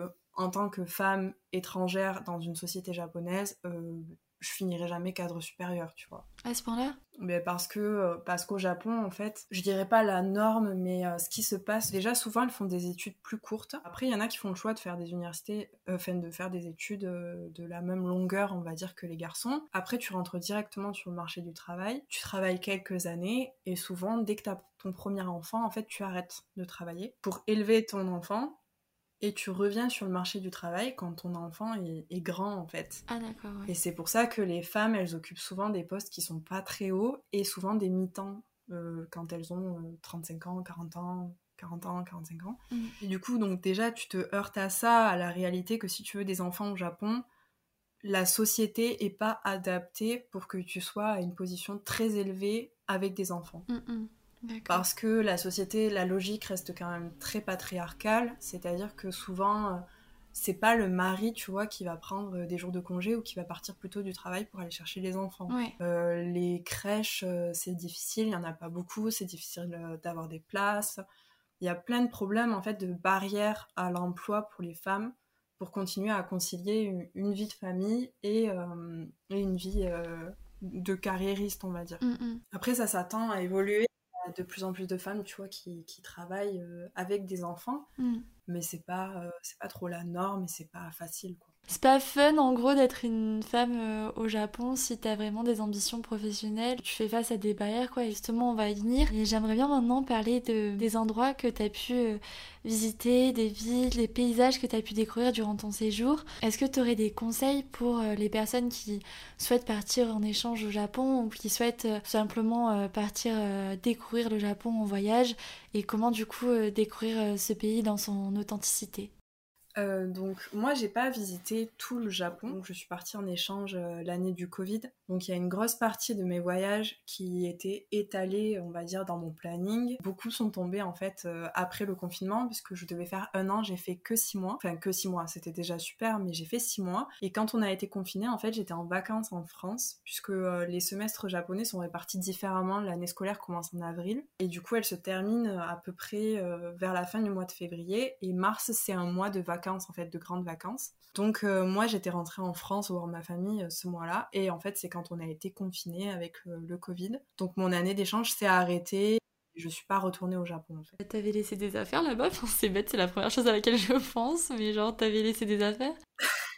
en tant que femme étrangère dans une société japonaise, je finirai jamais cadre supérieur, tu vois. À ce point-là? Mais parce qu'au Japon, en fait, je dirais pas la norme, mais ce qui se passe, déjà souvent elles font des études plus courtes. Après, il y en a qui font le choix de faire des universités, de faire des études de la même longueur, on va dire, que les garçons. Après, tu rentres directement sur le marché du travail, tu travailles quelques années, et souvent, dès que tu as ton premier enfant, en fait, tu arrêtes de travailler pour élever ton enfant. Et tu reviens sur le marché du travail quand ton enfant est grand, en fait. Ah d'accord, ouais. Et c'est pour ça que les femmes, elles occupent souvent des postes qui sont pas très hauts et souvent des mi-temps quand elles ont 35 ans, 40 ans, 45 ans. Et du coup, donc déjà, tu te heurtes à ça, à la réalité que si tu veux des enfants au Japon, la société est pas adaptée pour que tu sois à une position très élevée avec des enfants. Parce que la société, la logique reste quand même très patriarcale, c'est-à-dire que souvent, c'est pas le mari, tu vois, qui va prendre des jours de congé ou qui va partir plus tôt du travail pour aller chercher les enfants. Les crèches, c'est difficile, il y en a pas beaucoup, c'est difficile d'avoir des places. Il y a plein de problèmes, en fait, de barrières à l'emploi pour les femmes pour continuer à concilier une vie de famille et une vie de carriériste, on va dire. Après, ça s'attend à évoluer. De plus en plus de femmes, tu vois, qui travaillent avec des enfants, mais c'est pas trop la norme et c'est pas facile, quoi. C'est pas fun en gros d'être une femme au Japon si t'as vraiment des ambitions professionnelles. Tu fais face à des barrières quoi, et justement on va y venir. Et j'aimerais bien maintenant parler des endroits que t'as pu visiter, des villes, des paysages que t'as pu découvrir durant ton séjour. Est-ce que t'aurais des conseils pour les personnes qui souhaitent partir en échange au Japon ou qui souhaitent simplement partir découvrir le Japon en voyage et comment du coup découvrir ce pays dans son authenticité? Donc moi j'ai pas visité tout le Japon, donc je suis partie en échange l'année du Covid, donc il y a une grosse partie de mes voyages qui étaient étalés on va dire dans mon planning. Beaucoup sont tombés en fait après le confinement puisque je devais faire 1 an, j'ai fait que 6 mois, enfin que 6 mois, c'était déjà super mais j'ai fait 6 mois et quand on a été confinés en fait j'étais en vacances en France puisque les semestres japonais sont répartis différemment, l'année scolaire commence en avril et du coup elle se termine à peu près vers la fin du mois de février et mars c'est un mois de vacances en fait, de grandes vacances. Donc moi j'étais rentrée en France voir ma famille ce mois-là et en fait c'est quand on a été confinés avec le Covid. Donc mon année d'échange s'est arrêtée et je suis pas retournée au Japon en fait. T'avais laissé des affaires là-bas? Enfin, c'est bête, c'est la première chose à laquelle je pense, mais genre t'avais laissé des affaires?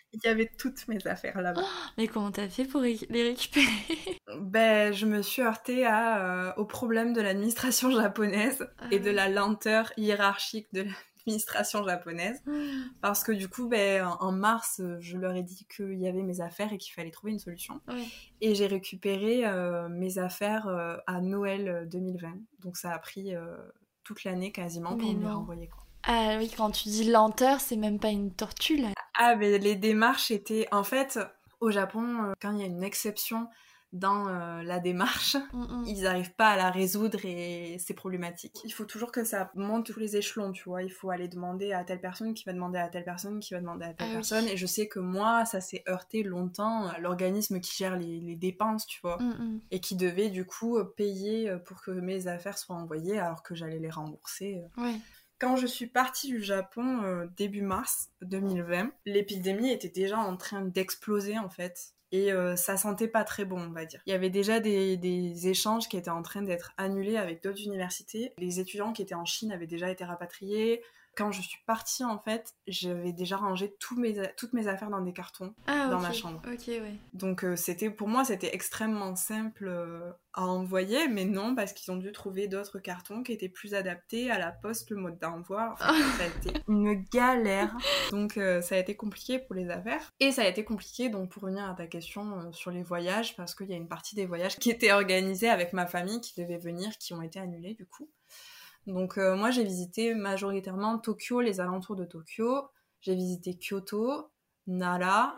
Il y avait toutes mes affaires là-bas. Oh, mais comment t'as fait pour les récupérer? Ben, je me suis heurtée au problème de l'administration japonaise et de la lenteur hiérarchique de l'administration japonaise. Parce que du coup, ben, en mars, je leur ai dit qu'il y avait mes affaires et qu'il fallait trouver une solution. Et j'ai récupéré mes affaires à Noël 2020. Donc ça a pris toute l'année quasiment pour me les renvoyer, quoi. Ah oui, quand tu dis lenteur, c'est même pas une tortue, là. Ah, mais les démarches étaient... En fait, au Japon, quand il y a une exception dans la démarche, ils n'arrivent pas à la résoudre et c'est problématique. Il faut toujours que ça monte tous les échelons, tu vois. Il faut aller demander à telle personne qui va demander à telle personne qui va demander à telle personne. Et je sais que moi, ça s'est heurté longtemps à l'organisme qui gère les dépenses, tu vois. Et qui devait du coup payer pour que mes affaires soient envoyées alors que j'allais les rembourser. Quand je suis partie du Japon début mars 2020, l'épidémie était déjà en train d'exploser en fait. Et ça sentait pas très bon, on va dire. Il y avait déjà des échanges qui étaient en train d'être annulés avec d'autres universités. Les étudiants qui étaient en Chine avaient déjà été rapatriés. Quand je suis partie, en fait, j'avais déjà rangé toutes mes affaires dans des cartons dans ma chambre. Donc pour moi, c'était extrêmement simple à envoyer, mais non, parce qu'ils ont dû trouver d'autres cartons qui étaient plus adaptés à la poste, le mode d'envoi. Enfin, ça a été une galère. Donc ça a été compliqué pour les affaires. Et ça a été compliqué, donc pour revenir à ta question sur les voyages, parce qu'il y a une partie des voyages qui étaient organisés avec ma famille, qui devaient venir, qui ont été annulés du coup. Donc moi j'ai visité majoritairement Tokyo, les alentours de Tokyo. J'ai visité Kyoto, Nara.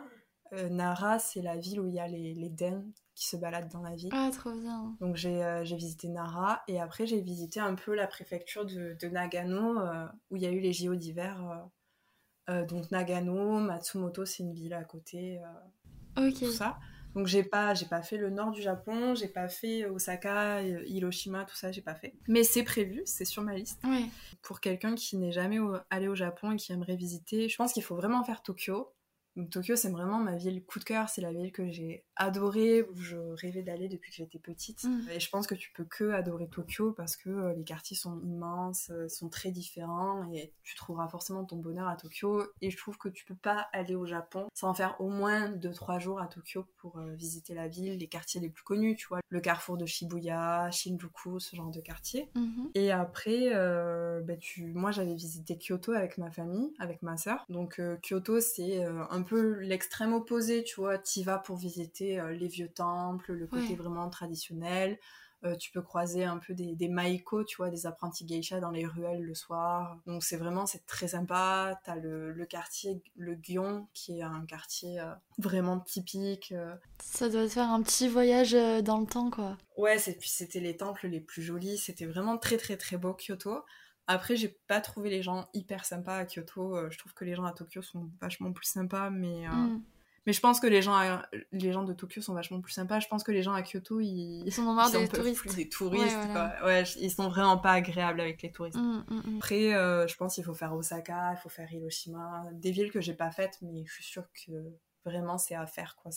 Nara, c'est la ville où il y a les daims qui se baladent dans la ville. Ah, trop bien. Donc j'ai visité Nara et après j'ai visité un peu la préfecture de Nagano où il y a eu les JO d'hiver. Donc Nagano, Matsumoto, c'est une ville à côté. Tout ça. Donc j'ai pas fait le nord du Japon, j'ai pas fait Osaka, Hiroshima, tout ça, j'ai pas fait. Mais c'est prévu, c'est sur ma liste. Pour quelqu'un qui n'est jamais allé au Japon et qui aimerait visiter, je pense qu'il faut vraiment faire Tokyo. Donc, Tokyo, c'est vraiment ma ville coup de cœur, c'est la ville que j'ai adorée, où je rêvais d'aller depuis que j'étais petite. Et je pense que tu peux que adorer Tokyo parce que les quartiers sont immenses, sont très différents et tu trouveras forcément ton bonheur à Tokyo. Et je trouve que tu peux pas aller au Japon sans faire au moins 2-3 jours à Tokyo pour visiter la ville, les quartiers les plus connus, tu vois, le carrefour de Shibuya, Shinjuku, ce genre de quartier. Et après, moi j'avais visité Kyoto avec ma famille, avec ma sœur. Donc Kyoto, c'est un peu l'extrême opposé, tu vois. T'y vas pour visiter les vieux temples, le côté vraiment traditionnel. Tu peux croiser un peu des maiko, tu vois, des apprentis geisha dans les ruelles le soir. Donc c'est très sympa. T'as le quartier, le Gion, qui est un quartier vraiment typique. Ça doit te faire un petit voyage dans le temps, quoi. Ouais, puis c'était les temples les plus jolis. C'était vraiment très très très beau, Kyoto. Après, j'ai pas trouvé les gens hyper sympas à Kyoto. Je trouve que les gens à Tokyo sont vachement plus sympas, mais je pense que les gens de Tokyo sont vachement plus sympas. Je pense que les gens à Kyoto, ils sont marre des touristes. Plus des touristes. Ouais, ils sont vraiment pas agréables avec les touristes. Après, je pense qu'il faut faire Osaka, il faut faire Hiroshima, des villes que j'ai pas faites, mais je suis sûre que vraiment c'est à faire, quoi.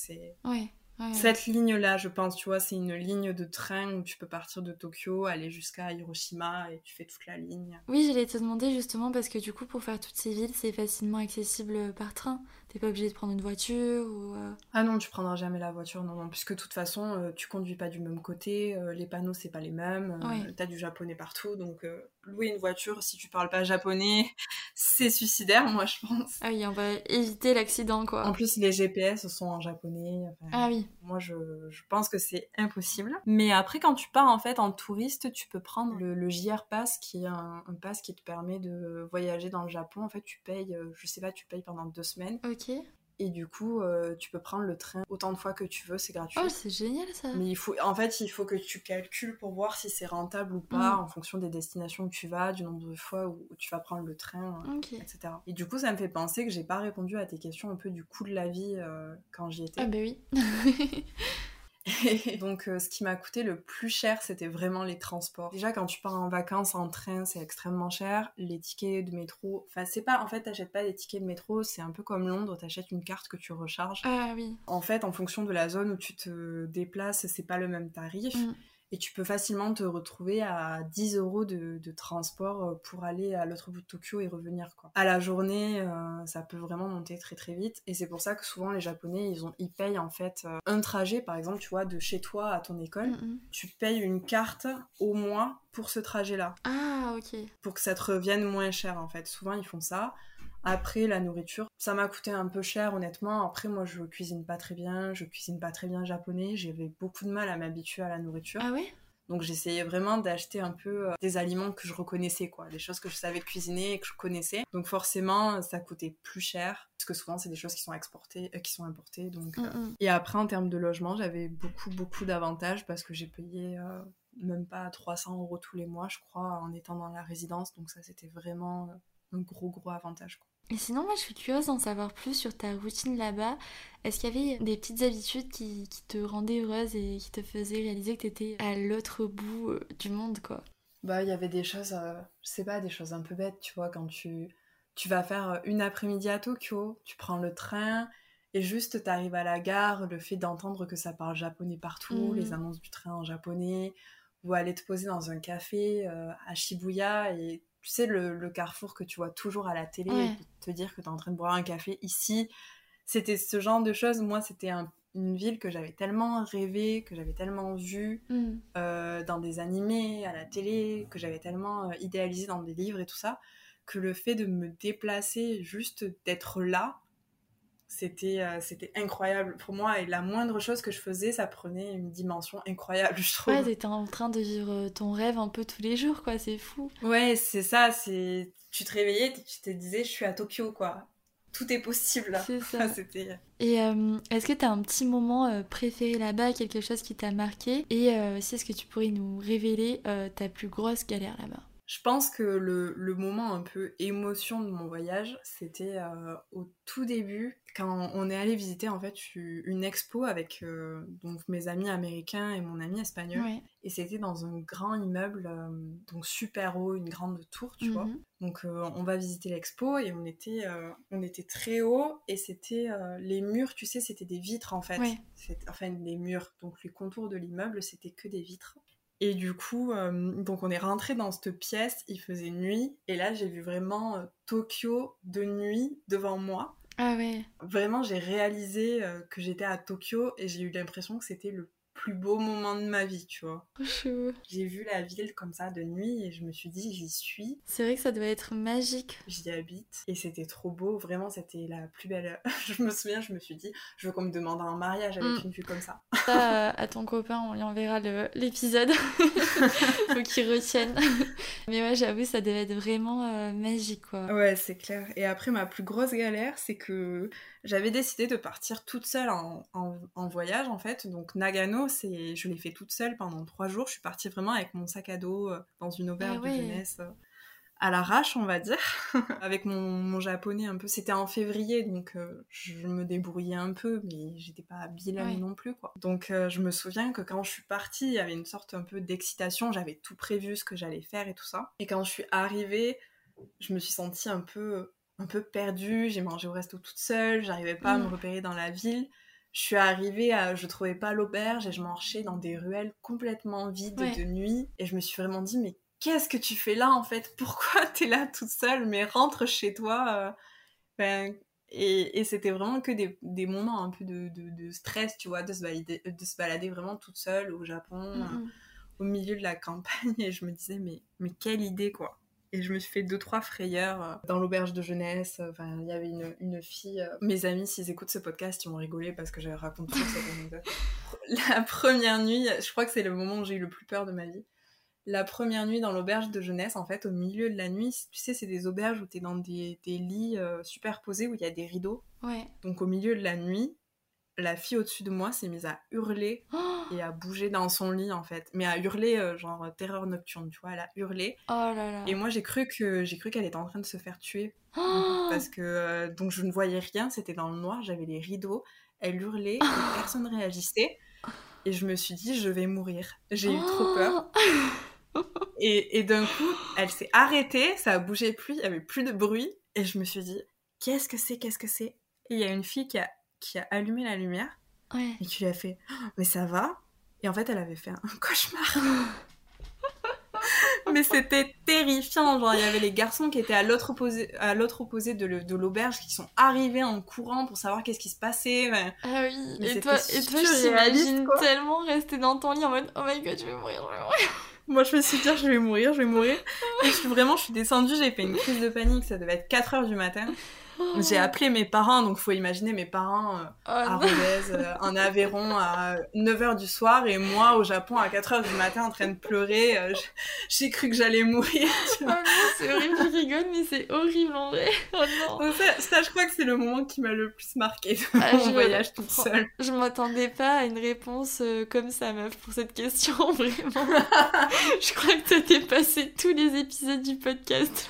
Cette ligne-là, je pense, tu vois, c'est une ligne de train où tu peux partir de Tokyo, aller jusqu'à Hiroshima et tu fais toute la ligne. Oui, j'allais te demander justement parce que du coup, pour faire toutes ces villes, c'est facilement accessible par train. T'es pas obligé de prendre une voiture ou... Ah non, tu prendras jamais la voiture, non, puisque de toute façon, tu conduis pas du même côté, les panneaux, c'est pas les mêmes, t'as du japonais partout, donc louer une voiture, si tu parles pas japonais, c'est suicidaire, moi, je pense. Ah oui, on va éviter l'accident, quoi. En plus, les GPS sont en japonais. Ah oui. Moi, je pense que c'est impossible. Mais après, quand tu pars, en fait, en touriste, tu peux prendre le JR Pass, qui est un pass qui te permet de voyager dans le Japon. En fait, tu payes, je sais pas, tu payes pendant 2 semaines. Ok. Et du coup, tu peux prendre le train autant de fois que tu veux, c'est gratuit. Oh, c'est génial ça. Mais il faut que tu calcules pour voir si c'est rentable ou pas, en fonction des destinations où tu vas, du nombre de fois où tu vas prendre le train, etc. Et du coup, ça me fait penser que j'ai pas répondu à tes questions un peu du coût de la vie quand j'y étais. Ah bah oui. Et donc, ce qui m'a coûté le plus cher, c'était vraiment les transports. Déjà, quand tu pars en vacances en train, c'est extrêmement cher. Les tickets de métro... Enfin, c'est pas... En fait, t'achètes pas des tickets de métro, c'est un peu comme Londres, t'achètes une carte que tu recharges. Ah oui. En fait, en fonction de la zone où tu te déplaces, c'est pas le même tarif. Et tu peux facilement te retrouver à 10 € de transport pour aller à l'autre bout de Tokyo et revenir, quoi. À la journée, ça peut vraiment monter très très vite. Et c'est pour ça que souvent les Japonais, ils payent en fait un trajet, par exemple, tu vois, de chez toi à ton école. Tu payes une carte au mois pour ce trajet-là. Ah, ok. Pour que ça te revienne moins cher, en fait. Souvent, ils font ça. Après, la nourriture, ça m'a coûté un peu cher, honnêtement. Après, moi, je cuisine pas très bien japonais. J'avais beaucoup de mal à m'habituer à la nourriture. Ah ouais ? Donc, j'essayais vraiment d'acheter un peu des aliments que je reconnaissais, quoi. Des choses que je savais cuisiner et que je connaissais. Donc, forcément, ça coûtait plus cher. Parce que souvent, c'est des choses qui sont importées. Donc, Et après, en termes de logement, j'avais beaucoup d'avantages parce que j'ai payé même pas 300 € tous les mois, je crois, en étant dans la résidence. Donc, ça, c'était vraiment un gros avantage, quoi. Et sinon, moi, je suis curieuse d'en savoir plus sur ta routine là-bas. Est-ce qu'il y avait des petites habitudes qui te rendaient heureuse et qui te faisaient réaliser que t'étais à l'autre bout du monde, quoi ? Bah, il y avait des choses, je sais pas, des choses un peu bêtes, tu vois, quand tu vas faire une après-midi à Tokyo, tu prends le train et juste t'arrives à la gare, le fait d'entendre que ça parle japonais partout, les annonces du train en japonais, ou aller te poser dans un café à Shibuya et tu sais, le carrefour que tu vois toujours à la télé, et te dire que t'es en train de boire un café ici, c'était ce genre de choses. Moi, c'était une ville que j'avais tellement rêvé, que j'avais tellement vue dans des animés, à la télé, que j'avais tellement idéalisé dans des livres et tout ça, que le fait de me déplacer, juste d'être là, c'était incroyable pour moi. Et la moindre chose que je faisais, ça prenait une dimension incroyable, je trouve. Ouais, t'étais en train de vivre ton rêve un peu tous les jours, quoi, c'est fou. Ouais, c'est ça, tu te réveillais, tu te disais, je suis à Tokyo, quoi. Tout est possible, là. C'est ça. C'était... Et est-ce que t'as un petit moment préféré là-bas, quelque chose qui t'a marqué ? Et aussi, est-ce que tu pourrais nous révéler ta plus grosse galère là-bas ? Je pense que le moment un peu émotion de mon voyage, c'était au tout début, quand on est allé visiter en fait une expo avec donc mes amis américains et mon ami espagnol. Ouais. Et c'était dans un grand immeuble, donc super haut, une grande tour, tu vois. Donc on va visiter l'expo et on était très haut et c'était les murs, tu sais, c'était des vitres en fait. Ouais. Enfin, des murs. Donc les contours de l'immeuble, c'était que des vitres. Et du coup, donc on est rentré dans cette pièce, il faisait nuit, et là j'ai vu vraiment Tokyo de nuit devant moi. Ah ouais. Vraiment, j'ai réalisé que j'étais à Tokyo et j'ai eu l'impression que c'était le plus beau moment de ma vie, tu vois. Trop chou. J'ai vu la ville comme ça de nuit et je me suis dit, j'y suis. C'est vrai que ça doit être magique. J'y habite et c'était trop beau, vraiment c'était la plus belle... Je me souviens, je me suis dit, je veux qu'on me demande un mariage avec une vue comme ça. Ça, à ton copain, on lui enverra l'épisode. Faut qu'il retienne. Mais ouais, j'avoue, ça devait être vraiment magique, quoi. Ouais, c'est clair. Et après, ma plus grosse galère, c'est que j'avais décidé de partir toute seule en voyage, en fait. Donc Nagano, je l'ai fait toute seule pendant 3 jours. Je suis partie vraiment avec mon sac à dos dans une auberge de jeunesse à l'arrache, on va dire. Avec mon japonais un peu. C'était en février, donc je me débrouillais un peu, mais j'étais pas bilingue non plus, quoi. Donc je me souviens que quand je suis partie, il y avait une sorte un peu d'excitation. J'avais tout prévu, ce que j'allais faire et tout ça. Et quand je suis arrivée, je me suis sentie un peu perdue, j'ai mangé au resto toute seule, j'arrivais pas à me repérer dans la ville. Je suis arrivée, je trouvais pas l'auberge et je marchais dans des ruelles complètement vides de nuit. Et je me suis vraiment dit, mais qu'est-ce que tu fais là en fait ? Pourquoi t'es là toute seule ? Mais rentre chez toi. Et c'était vraiment que des moments un peu de stress, tu vois, de se balader vraiment toute seule au Japon, au milieu de la campagne. Et je me disais, mais quelle idée, quoi. Et je me suis fait 2-3 frayeurs dans l'auberge de jeunesse. Enfin, il y avait une fille... Mes amis, s'ils écoutent ce podcast, ils vont rigoler parce que je raconte toujours cette anecdote. La première nuit, je crois que c'est le moment où j'ai eu le plus peur de ma vie. La première nuit dans l'auberge de jeunesse, en fait, au milieu de la nuit, tu sais, c'est des auberges où t'es dans des lits superposés, où il y a des rideaux. Ouais. Donc au milieu de la nuit, la fille au-dessus de moi s'est mise à hurler et à bouger dans son lit, en fait. Mais à hurler, genre terreur nocturne, tu vois, elle a hurlé. Oh là là. Et moi, j'ai cru qu'elle était en train de se faire tuer. Parce que donc je ne voyais rien, c'était dans le noir, j'avais les rideaux. Elle hurlait et personne ne réagissait. Et je me suis dit, je vais mourir. J'ai eu trop peur. Et d'un coup, elle s'est arrêtée, ça a bougé plus, il n'y avait plus de bruit. Et je me suis dit, qu'est-ce que c'est ? Et il y a une fille qui a allumé la lumière et qui lui a fait, mais ça va ? Et en fait, elle avait fait un cauchemar. Mais c'était terrifiant, genre il y avait les garçons qui étaient à l'autre opposé de l'auberge qui sont arrivés en courant pour savoir qu'est-ce qui se passait. Ah oui, mais et toi je t'imagine tellement rester dans ton lit en mode oh my god, je vais mourir. Moi je me suis dit je vais mourir. Et je suis descendue, j'ai fait une crise de panique, ça devait être 4h du matin. J'ai appelé mes parents, donc faut imaginer mes parents à Rodez, en Aveyron à 9h du soir et moi au Japon à 4h du matin en train de pleurer. J'ai cru que j'allais mourir. Oh non, c'est horrible, je rigole, mais c'est horrible en vrai. Oh non. Donc ça, je crois que c'est le moment qui m'a le plus marqué de mon voyage toute seule. Je m'attendais pas à une réponse comme ça, meuf, pour cette question, vraiment. Je crois que t'as dépassé tous les épisodes du podcast.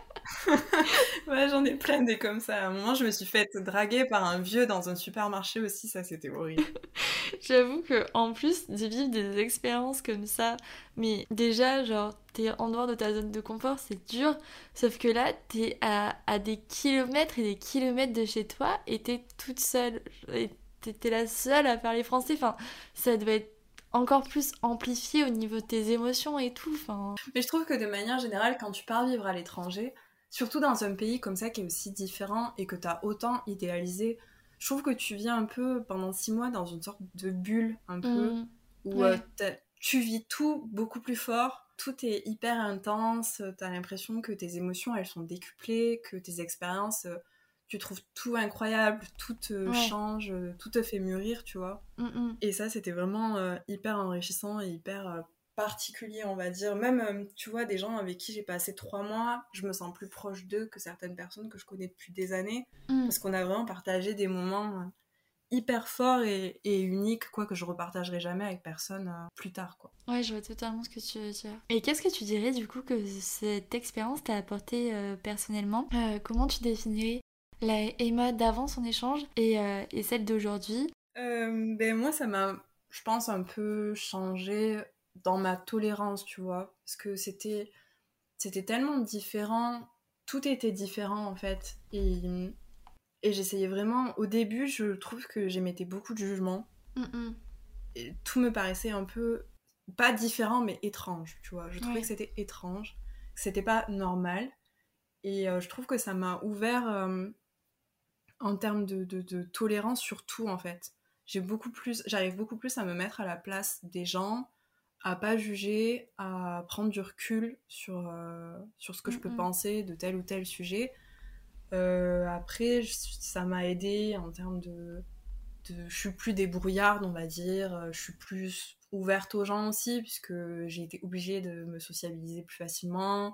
Ouais, j'en ai plein des comme ça. À un moment, je me suis faite draguer par un vieux dans un supermarché aussi, ça c'était horrible. J'avoue que en plus de vivre des expériences comme ça, mais déjà, genre, t'es en dehors de ta zone de confort, c'est dur. Sauf que là, t'es à des kilomètres et des kilomètres de chez toi et t'es toute seule. Et t'es la seule à parler français. Enfin, ça doit être encore plus amplifié au niveau de tes émotions et tout. Enfin... Mais je trouve que de manière générale, quand tu pars vivre à l'étranger, surtout dans un pays comme ça qui est aussi différent et que t'as autant idéalisé, je trouve que tu vis un peu pendant 6 mois dans une sorte de bulle, un peu, où tu vis tout beaucoup plus fort, tout est hyper intense, t'as l'impression que tes émotions, elles sont décuplées, que tes expériences, tu trouves tout incroyable, tout te change, tout te fait mûrir, tu vois. Et ça, c'était vraiment hyper enrichissant et hyper particulier, on va dire. Même, tu vois, des gens avec qui j'ai passé 3 mois, je me sens plus proche d'eux que certaines personnes que je connais depuis des années, parce qu'on a vraiment partagé des moments hyper forts et uniques, quoi, que je repartagerai jamais avec personne plus tard, quoi. Ouais, je vois totalement ce que tu veux dire. Et qu'est-ce que tu dirais, du coup, que cette expérience t'a apporté personnellement? Comment tu définirais la Emma d'avant son échange et celle d'aujourd'hui? Ben moi, ça m'a, je pense, un peu changé dans ma tolérance, tu vois. Parce que c'était tellement différent. Tout était différent, en fait. Et j'essayais vraiment... Au début, je trouve que j'émettais beaucoup de jugements. Et tout me paraissait un peu... Pas différent, mais étrange, tu vois. Je trouvais que c'était étrange. Que c'était pas normal. Et je trouve que ça m'a ouvert... en termes de tolérance sur tout, en fait. J'arrive beaucoup plus à me mettre à la place des gens, à pas juger, à prendre du recul sur ce que je peux penser de tel ou tel sujet. Après, ça m'a aidé en termes je suis plus débrouillarde, on va dire. Je suis plus ouverte aux gens aussi, puisque j'ai été obligée de me sociabiliser plus facilement,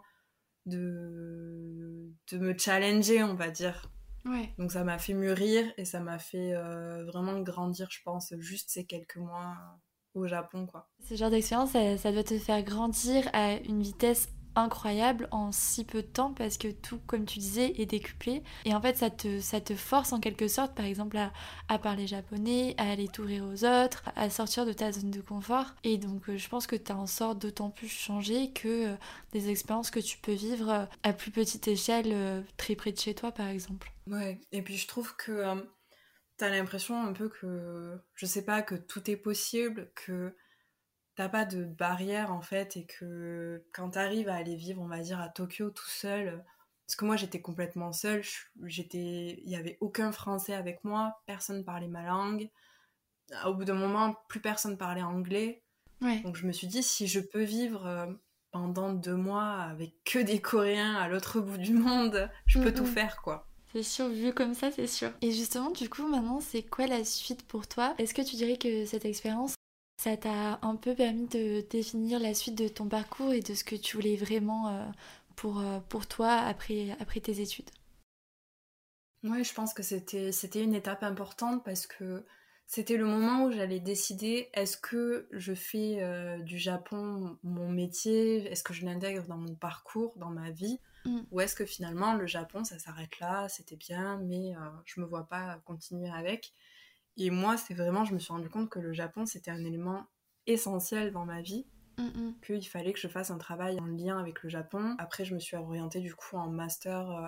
de me challenger, on va dire. Donc ça m'a fait mûrir et ça m'a fait vraiment grandir, je pense, juste ces quelques mois au Japon, quoi. Ce genre d'expérience, ça doit te faire grandir à une vitesse incroyable en si peu de temps parce que tout, comme tu disais, est décuplé. Et en fait, ça te force en quelque sorte, par exemple, à parler japonais, à aller t'ouvrir aux autres, à sortir de ta zone de confort. Et donc, je pense que tu en sors d'autant plus changé que des expériences que tu peux vivre à plus petite échelle, très près de chez toi, par exemple. Ouais, et puis je trouve que t'as l'impression un peu que, je sais pas, que tout est possible, que t'as pas de barrière en fait, et que quand t'arrives à aller vivre, on va dire, à Tokyo tout seul, parce que moi j'étais complètement seule, il y avait aucun français avec moi, personne parlait ma langue, au bout d'un moment plus personne parlait anglais, donc je me suis dit si je peux vivre pendant 2 mois avec que des Coréens à l'autre bout du monde, je peux tout faire, quoi. C'est sûr, vu comme ça, c'est sûr. Et justement, du coup, maintenant, c'est quoi la suite pour toi? Est-ce que tu dirais que cette expérience, ça t'a un peu permis de définir la suite de ton parcours et de ce que tu voulais vraiment pour toi après tes études? Ouais, je pense que c'était une étape importante parce que c'était le moment où j'allais décider est-ce que je fais du Japon mon métier, est-ce que je l'intègre dans mon parcours, dans ma vie, ou est-ce que finalement le Japon ça s'arrête là, c'était bien, mais je me vois pas continuer avec. Et moi, je me suis rendu compte que le Japon c'était un élément essentiel dans ma vie, qu'il fallait que je fasse un travail en lien avec le Japon. Après, je me suis orientée du coup en master.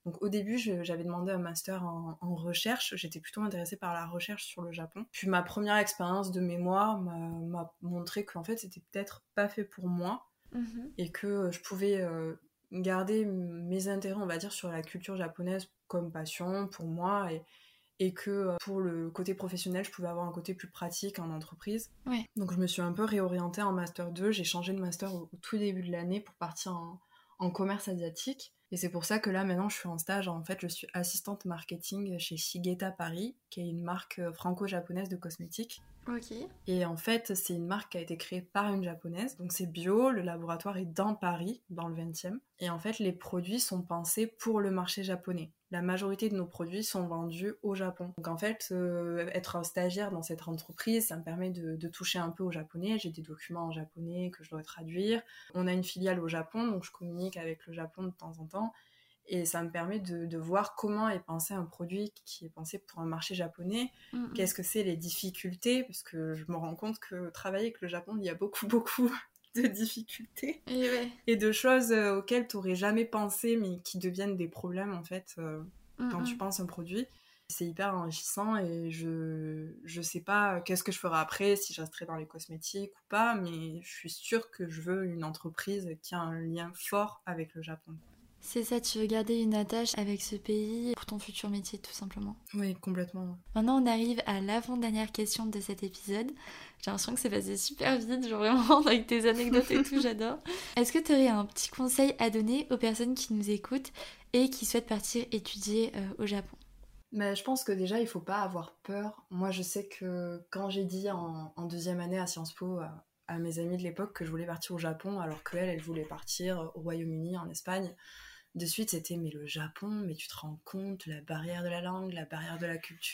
Donc au début, j'avais demandé un master en recherche. J'étais plutôt intéressée par la recherche sur le Japon. Puis ma première expérience de mémoire m'a montré qu'en fait, c'était peut-être pas fait pour moi et que je pouvais garder mes intérêts, on va dire, sur la culture japonaise comme passion pour moi et que pour le côté professionnel, je pouvais avoir un côté plus pratique en entreprise. Ouais. Donc je me suis un peu réorientée en Master 2. J'ai changé de master au tout début de l'année pour partir en commerce asiatique. Et c'est pour ça que là, maintenant, je suis en stage. En fait, je suis assistante marketing chez Shigeta Paris, qui est une marque franco-japonaise de cosmétiques. Ok. Et en fait, c'est une marque qui a été créée par une japonaise. Donc c'est bio, le laboratoire est dans Paris, dans le 20e. Et en fait, les produits sont pensés pour le marché japonais. La majorité de nos produits sont vendus au Japon. Donc en fait, être un stagiaire dans cette entreprise, ça me permet de toucher un peu au japonais. J'ai des documents en japonais que je dois traduire. On a une filiale au Japon, donc je communique avec le Japon de temps en temps. Et ça me permet de voir comment est pensé un produit qui est pensé pour un marché japonais. Qu'est-ce que c'est les difficultés, parce que je me rends compte que travailler avec le Japon, il y a beaucoup de difficultés et de choses auxquelles tu n'aurais jamais pensé, mais qui deviennent des problèmes en fait quand tu penses un produit. C'est hyper enrichissant et je sais pas qu'est-ce que je ferai après, si je resterai dans les cosmétiques ou pas, mais je suis sûre que je veux une entreprise qui a un lien fort avec le Japon. C'est ça, tu veux garder une attache avec ce pays pour ton futur métier, tout simplement. Oui, complètement. Maintenant, on arrive à l'avant-dernière question de cet épisode. J'ai l'impression que c'est passé super vite, genre vraiment, avec tes anecdotes et tout, j'adore. Est-ce que tu aurais un petit conseil à donner aux personnes qui nous écoutent et qui souhaitent partir étudier au Japon ? Mais je pense que déjà, il faut pas avoir peur. Moi, je sais que quand j'ai dit en deuxième année à Sciences Po à mes amis de l'époque que je voulais partir au Japon, alors qu'elle voulait partir au Royaume-Uni, en Espagne, de suite, c'était « mais le Japon, mais tu te rends compte, la barrière de la langue, la barrière de la culture ».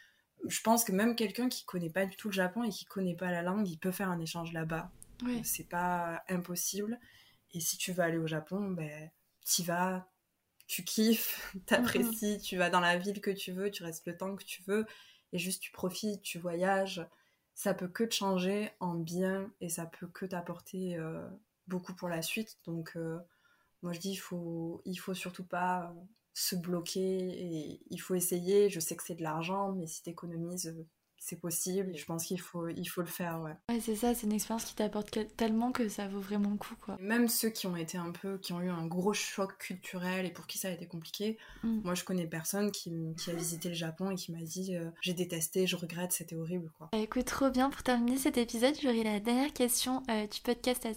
Je pense que même quelqu'un qui connaît pas du tout le Japon et qui connaît pas la langue, il peut faire un échange là-bas. Oui. C'est pas impossible. Et si tu veux aller au Japon, ben, t'y vas, tu kiffes, t'apprécies, tu vas dans la ville que tu veux, tu restes le temps que tu veux, et juste tu profites, tu voyages. Ça peut que te changer en bien et ça peut que t'apporter beaucoup pour la suite. Donc moi je dis il faut surtout pas se bloquer et il faut essayer. Je sais que c'est de l'argent, mais si t'économises, c'est possible. Je pense qu'il faut le faire, ouais. Ouais, c'est ça, c'est une expérience qui t'apporte tellement que ça vaut vraiment le coup, quoi. Et même ceux qui ont eu un gros choc culturel et pour qui ça a été compliqué, moi je connais personne qui a visité le Japon et qui m'a dit j'ai détesté, je regrette, c'était horrible, quoi. Écoute, trop bien, pour terminer cet épisode, j'aurai la dernière question du podcast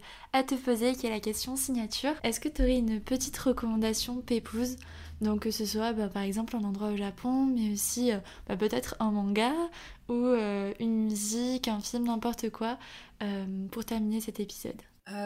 à te poser, qui est la question signature. Est-ce que tu aurais une petite recommandation pépouze ? Donc que ce soit par exemple un endroit au Japon, mais aussi peut-être un manga ou une musique, un film, n'importe quoi, pour terminer cet épisode.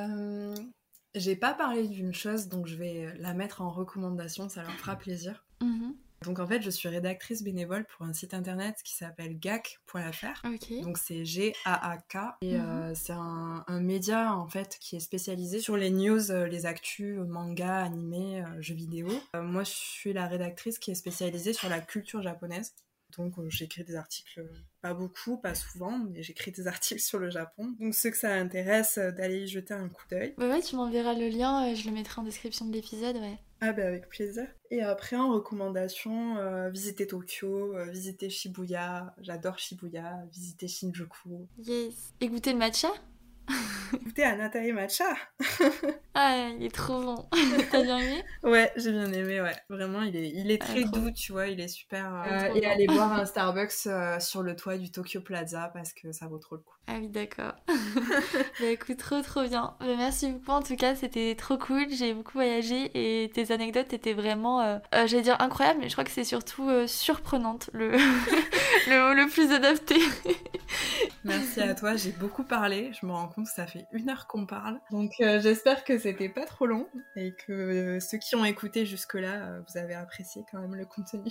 J'ai pas parlé d'une chose, donc je vais la mettre en recommandation, ça leur fera plaisir. Donc en fait, je suis rédactrice bénévole pour un site internet qui s'appelle gaak.fr. Okay. Donc c'est G-A-A-K. Et c'est un média en fait qui est spécialisé sur les news, les actus, manga, animé, jeux vidéo. Moi, je suis la rédactrice qui est spécialisée sur la culture japonaise. Donc j'écris des articles, pas beaucoup, pas souvent, mais j'écris des articles sur le Japon. Donc ceux que ça intéresse, d'aller y jeter un coup d'œil. Ouais, tu m'enverras le lien, je le mettrai en description de l'épisode, ouais. Ah bah avec plaisir. Et après en recommandation, visiter Tokyo, visiter Shibuya, j'adore Shibuya, visiter Shinjuku. Yes. Et goûter le matcha ? Goûter à Natae Matcha. Ah, il est trop bon. T'as bien aimé ? Ouais, j'ai bien aimé, ouais. Vraiment, il est très doux, tu vois, il est super. Et aller boire un Starbucks sur le toit du Tokyo Plaza parce que ça vaut trop le coup. Ah oui, d'accord. Bah écoute, trop bien. Bah, merci beaucoup, en tout cas, c'était trop cool. J'ai beaucoup voyagé et tes anecdotes étaient vraiment, j'allais dire incroyables, mais je crois que c'est surtout surprenante, le mot le plus adapté. Merci à toi, j'ai beaucoup parlé. Je me rends compte que ça fait 1 heure qu'on parle. Donc j'espère que c'était pas trop long et que ceux qui ont écouté jusque-là, vous avez apprécié quand même le contenu.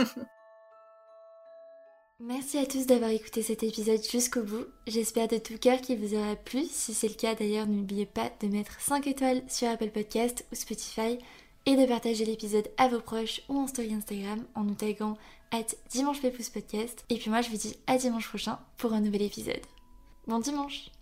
Merci à tous d'avoir écouté cet épisode jusqu'au bout. J'espère de tout cœur qu'il vous aura plu. Si c'est le cas d'ailleurs, n'oubliez pas de mettre 5 étoiles sur Apple Podcast ou Spotify et de partager l'épisode à vos proches ou en story Instagram en nous taguant @dimanchepépouspodcast. Et puis moi je vous dis à dimanche prochain pour un nouvel épisode. Bon dimanche!